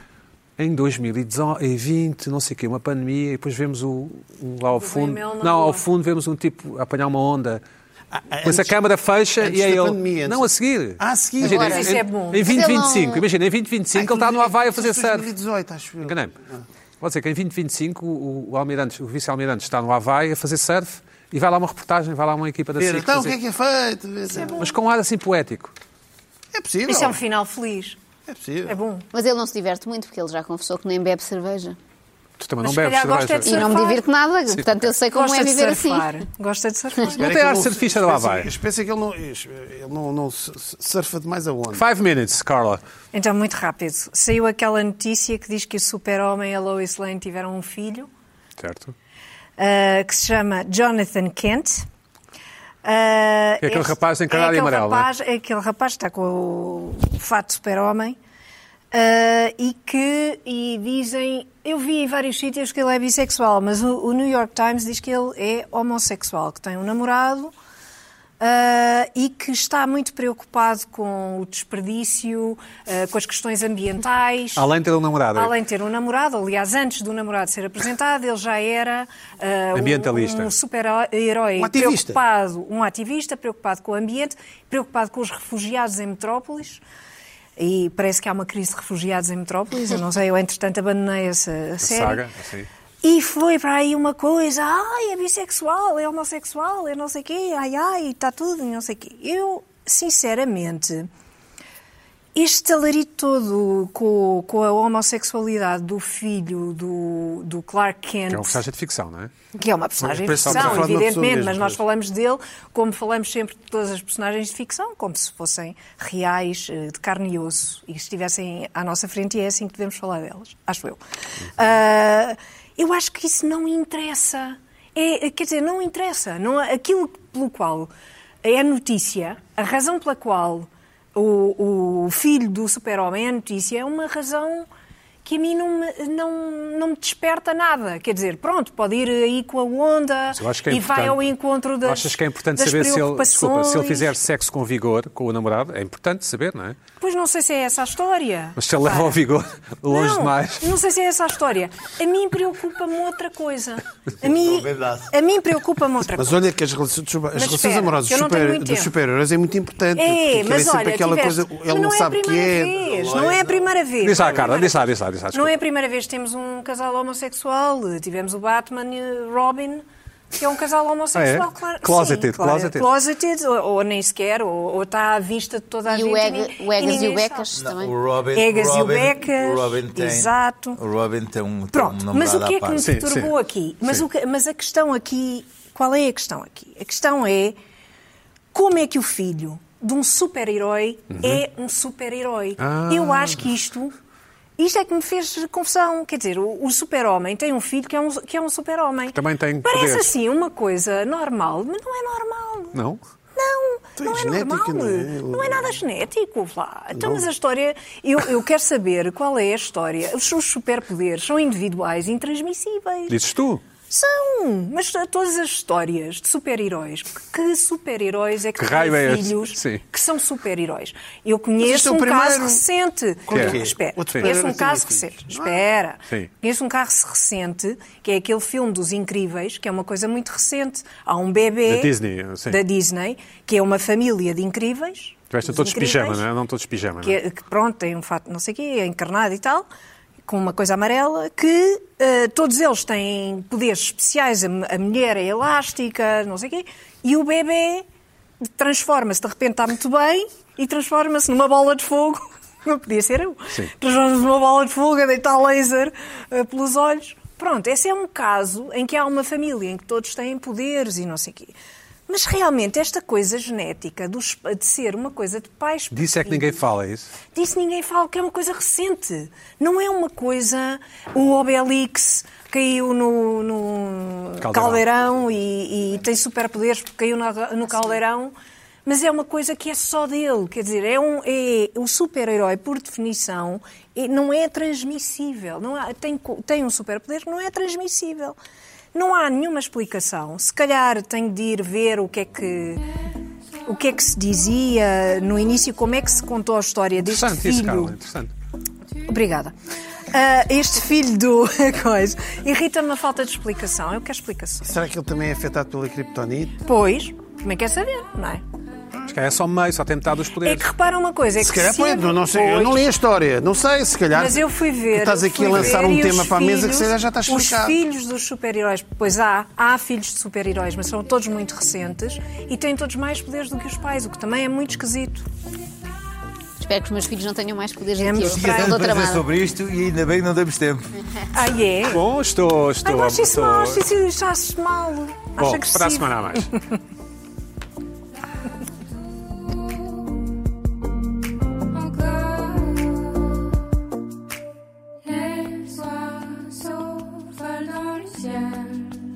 Em dois mil e vinte, não sei o quê, uma pandemia, e depois vemos o, o lá ao fundo. Mel na Não, ao rua. fundo vemos um tipo a apanhar uma onda. Ah, Depois a antes- câmara fecha antes e é da ele. pandemia, antes- Não, a seguir. Ah, a seguir. Imagina, Agora, em, isso é bom. em vinte e Mas ele vinte e cinco, não- imagina, em vinte e vinte e cinco ele está no Havaí a fazer surf. dois mil e dezoito, acho eu. Enganei-me. Pode ser que em vinte e vinte e cinco o, o, almirante, o vice-almirante está no Havaí a fazer surf e vai lá uma reportagem, vai lá uma equipa da Ver, SIC então, o fazer- que é que é feito? Mas com um ar assim poético. É possível. Isso é um final feliz. É possível. É bom. Mas ele não se diverte muito porque ele já confessou que nem bebe cerveja. Tu também Mas não se bebes calhar gosta cerveja. de E não me Surfar. divirto nada, portanto eu sei como Gosta é de viver assim. surfar. Gosta de surfar. Não tem ar de ser ficha do Havaí. Eu penso que ele não, ele não, não surfa demais aonde. Five minutes, Carla. Então, muito rápido. Saiu aquela notícia que diz que o super-homem e a Lois Lane tiveram um filho, Certo. uh, que se chama Jonathan Kent. Uh, É aquele este- rapaz encarado é em aquele amarelo, não é? rapaz, é aquele rapaz que está com o, o fato de super-homem. Uh, e que e dizem... Eu vi em vários sítios que ele é bissexual, mas o, o New York Times diz que ele é homossexual, que tem um namorado uh, e que está muito preocupado com o desperdício, uh, com as questões ambientais. Além de ter um namorado. Além de ter um namorado, aliás, antes do namorado ser apresentado, ele já era uh, ambientalista. Um, um super-herói um ativista. preocupado, um ativista preocupado com o ambiente, preocupado com os refugiados em metrópoles. E parece que há uma crise de refugiados em metrópoles. Eu não sei, eu entretanto abandonei essa série. Saga, sim. E foi para aí uma coisa, ai, é bissexual, é homossexual, é não sei o quê, ai, ai, está tudo, não sei o quê. Eu, sinceramente, este alarido todo com, com a homossexualidade do filho do, do Clark Kent... Que é uma personagem de ficção, não é? Que é uma personagem de Parece que estamos a ficção, falar de uma pessoa evidentemente, mesmo, mas nós pois. falamos dele como falamos sempre de todas as personagens de ficção, como se fossem reais, eh, de carne e osso, e estivessem à nossa frente, e é assim que devemos falar delas, acho eu. Uh, eu acho que isso não interessa. É, quer dizer, não interessa. Não, aquilo pelo qual é notícia, a razão pela qual o, o filho do super-homem é notícia, é uma razão que a mim não me, não, não me desperta nada. Quer dizer, pronto, pode ir aí com a onda é e vai ao encontro das, achas que é importante das saber se ele, desculpa, se ele fizer preocupações. sexo com vigor com o namorado? É importante saber, não é? Pois não sei se é essa a história. Mas se ele leva ao vigor longe não, demais... Não sei se é essa a história. A mim preocupa-me outra coisa. A mim, a mim preocupa-me outra Mas coisa. olha que as relações, as relações espera, amorosas eu não tenho super, muito dos tempo. super-heróis é muito importante. É, porque mas é sempre olha, aquela tiveste- coisa, mas ele não é a sabe o que primeira é. vez, não é a primeira vez. Diz não é lá, a Carla, primeira diz lá, vez. diz lá, diz lá. Não desculpa. é a primeira vez que temos um casal homossexual. Tivemos o Batman e Robin, que é um casal homossexual, Ah, é? claro. Closeted, Sim, claro. closeted. Closeted, ou, ou nem sequer, ou, ou está à vista de toda a E gente. o, Eg, e, o Egas e ninguém o Becas sabe. também. O Robin, Egas o e o Robin, Becas, o Robin tem, exato. O Robin tem um, tem Pronto, um mas o namorado que é à que me parte. Sim, perturbou sim. aqui? Mas, Sim. o que, mas a questão aqui, qual é a questão aqui? A questão é como é que o filho de um super-herói é um super-herói. Ah. Eu acho que isto, isto é que me fez confusão. Quer dizer, o, o super-homem tem um filho que é um, que é um super-homem. Também tem Parece poderes. assim uma coisa normal, mas não é normal. Não? Não, Tem não é genética, normal. não é? Não é nada genético. Vá. Então, mas a história... Eu, eu quero saber qual é a história. Os seus superpoderes são individuais, intransmissíveis. Dizes tu? São! Mas todas as histórias de super-heróis, que super-heróis é que, Que têm raio é esse? filhos Sim. que são super-heróis? Eu este conheço é o um primeiro. caso recente. Qual é? Eu- Espera, Outro conheço um super-herói caso tem filhos. recente. Espera. Sim. Conheço um caso recente, que é aquele filme dos Incríveis, que é uma coisa muito recente. Há um bebê Da Disney, sim. da Disney, que é uma família de incríveis. Tiveste dos todos de pijama, incríveis, não é? Não todos de pijama, que, não é? é- que, pronto, tem um fato não sei o quê, é encarnado e tal, com uma coisa amarela, que eh, todos eles têm poderes especiais, a, a mulher é elástica, não sei o quê, e o bebê transforma-se, de repente está muito bem, e transforma-se numa bola de fogo, não podia ser eu, Sim. transforma-se numa bola de fogo, a deitar laser eh, pelos olhos. Pronto, esse é um caso em que há uma família em que todos têm poderes e não sei o quê. Mas realmente esta coisa genética dos- de ser uma coisa de pais... Disso é que ninguém fala, é isso? Disso ninguém fala, que é uma coisa recente. Não é uma coisa... O Obelix caiu no, no Caldeirão. caldeirão e, e tem superpoderes porque caiu na- no caldeirão, mas é uma coisa que é só dele. Quer dizer, é um, é, o super-herói, por definição, é- não é transmissível. Não há, tem, co- tem um superpoder que não é transmissível. Não há nenhuma explicação. Se calhar tenho de ir ver o que é que... O que é que se dizia no início, como é que se contou a história deste Interessante isso, filho. Carla, interessante. Obrigada. Ah, este filho do coisa irrita-me a falta de explicação. Eu quero explicação. Será que ele também é afetado pela criptonite? Pois, também quer saber, não é? Mas cá é só meio, só tem metade dos É poderes. que repara uma coisa, é que Se calhar se pode, não, não sei, eu não li a história, não sei, se calhar. Mas eu fui ver. Tu estás aqui fui a lançar ver, um e tema os para a mesa que filhos- se calhar já está explicado. Os filhos dos super-heróis, pois há, há filhos de super-heróis, mas são todos muito recentes e têm todos mais poderes do que os pais, o que também é muito esquisito. Espero que os meus filhos não tenham mais poderes É do que eu. muito Para estranho. a outra Para dizer amada. sobre isto e ainda bem que não temos tempo. Ah, é? Bom, estou... Ai, estou, eu acho isso estou... mal, acho isso, isso acho mal. Acho Bom, agressivo. para a semana a mais. Les oiseaux volent dans le ciel.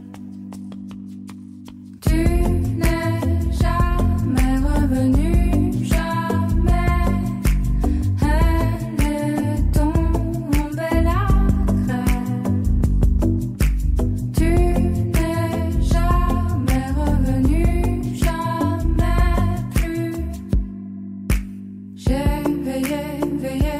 Tu n'es jamais revenu, jamais. Elle est veillait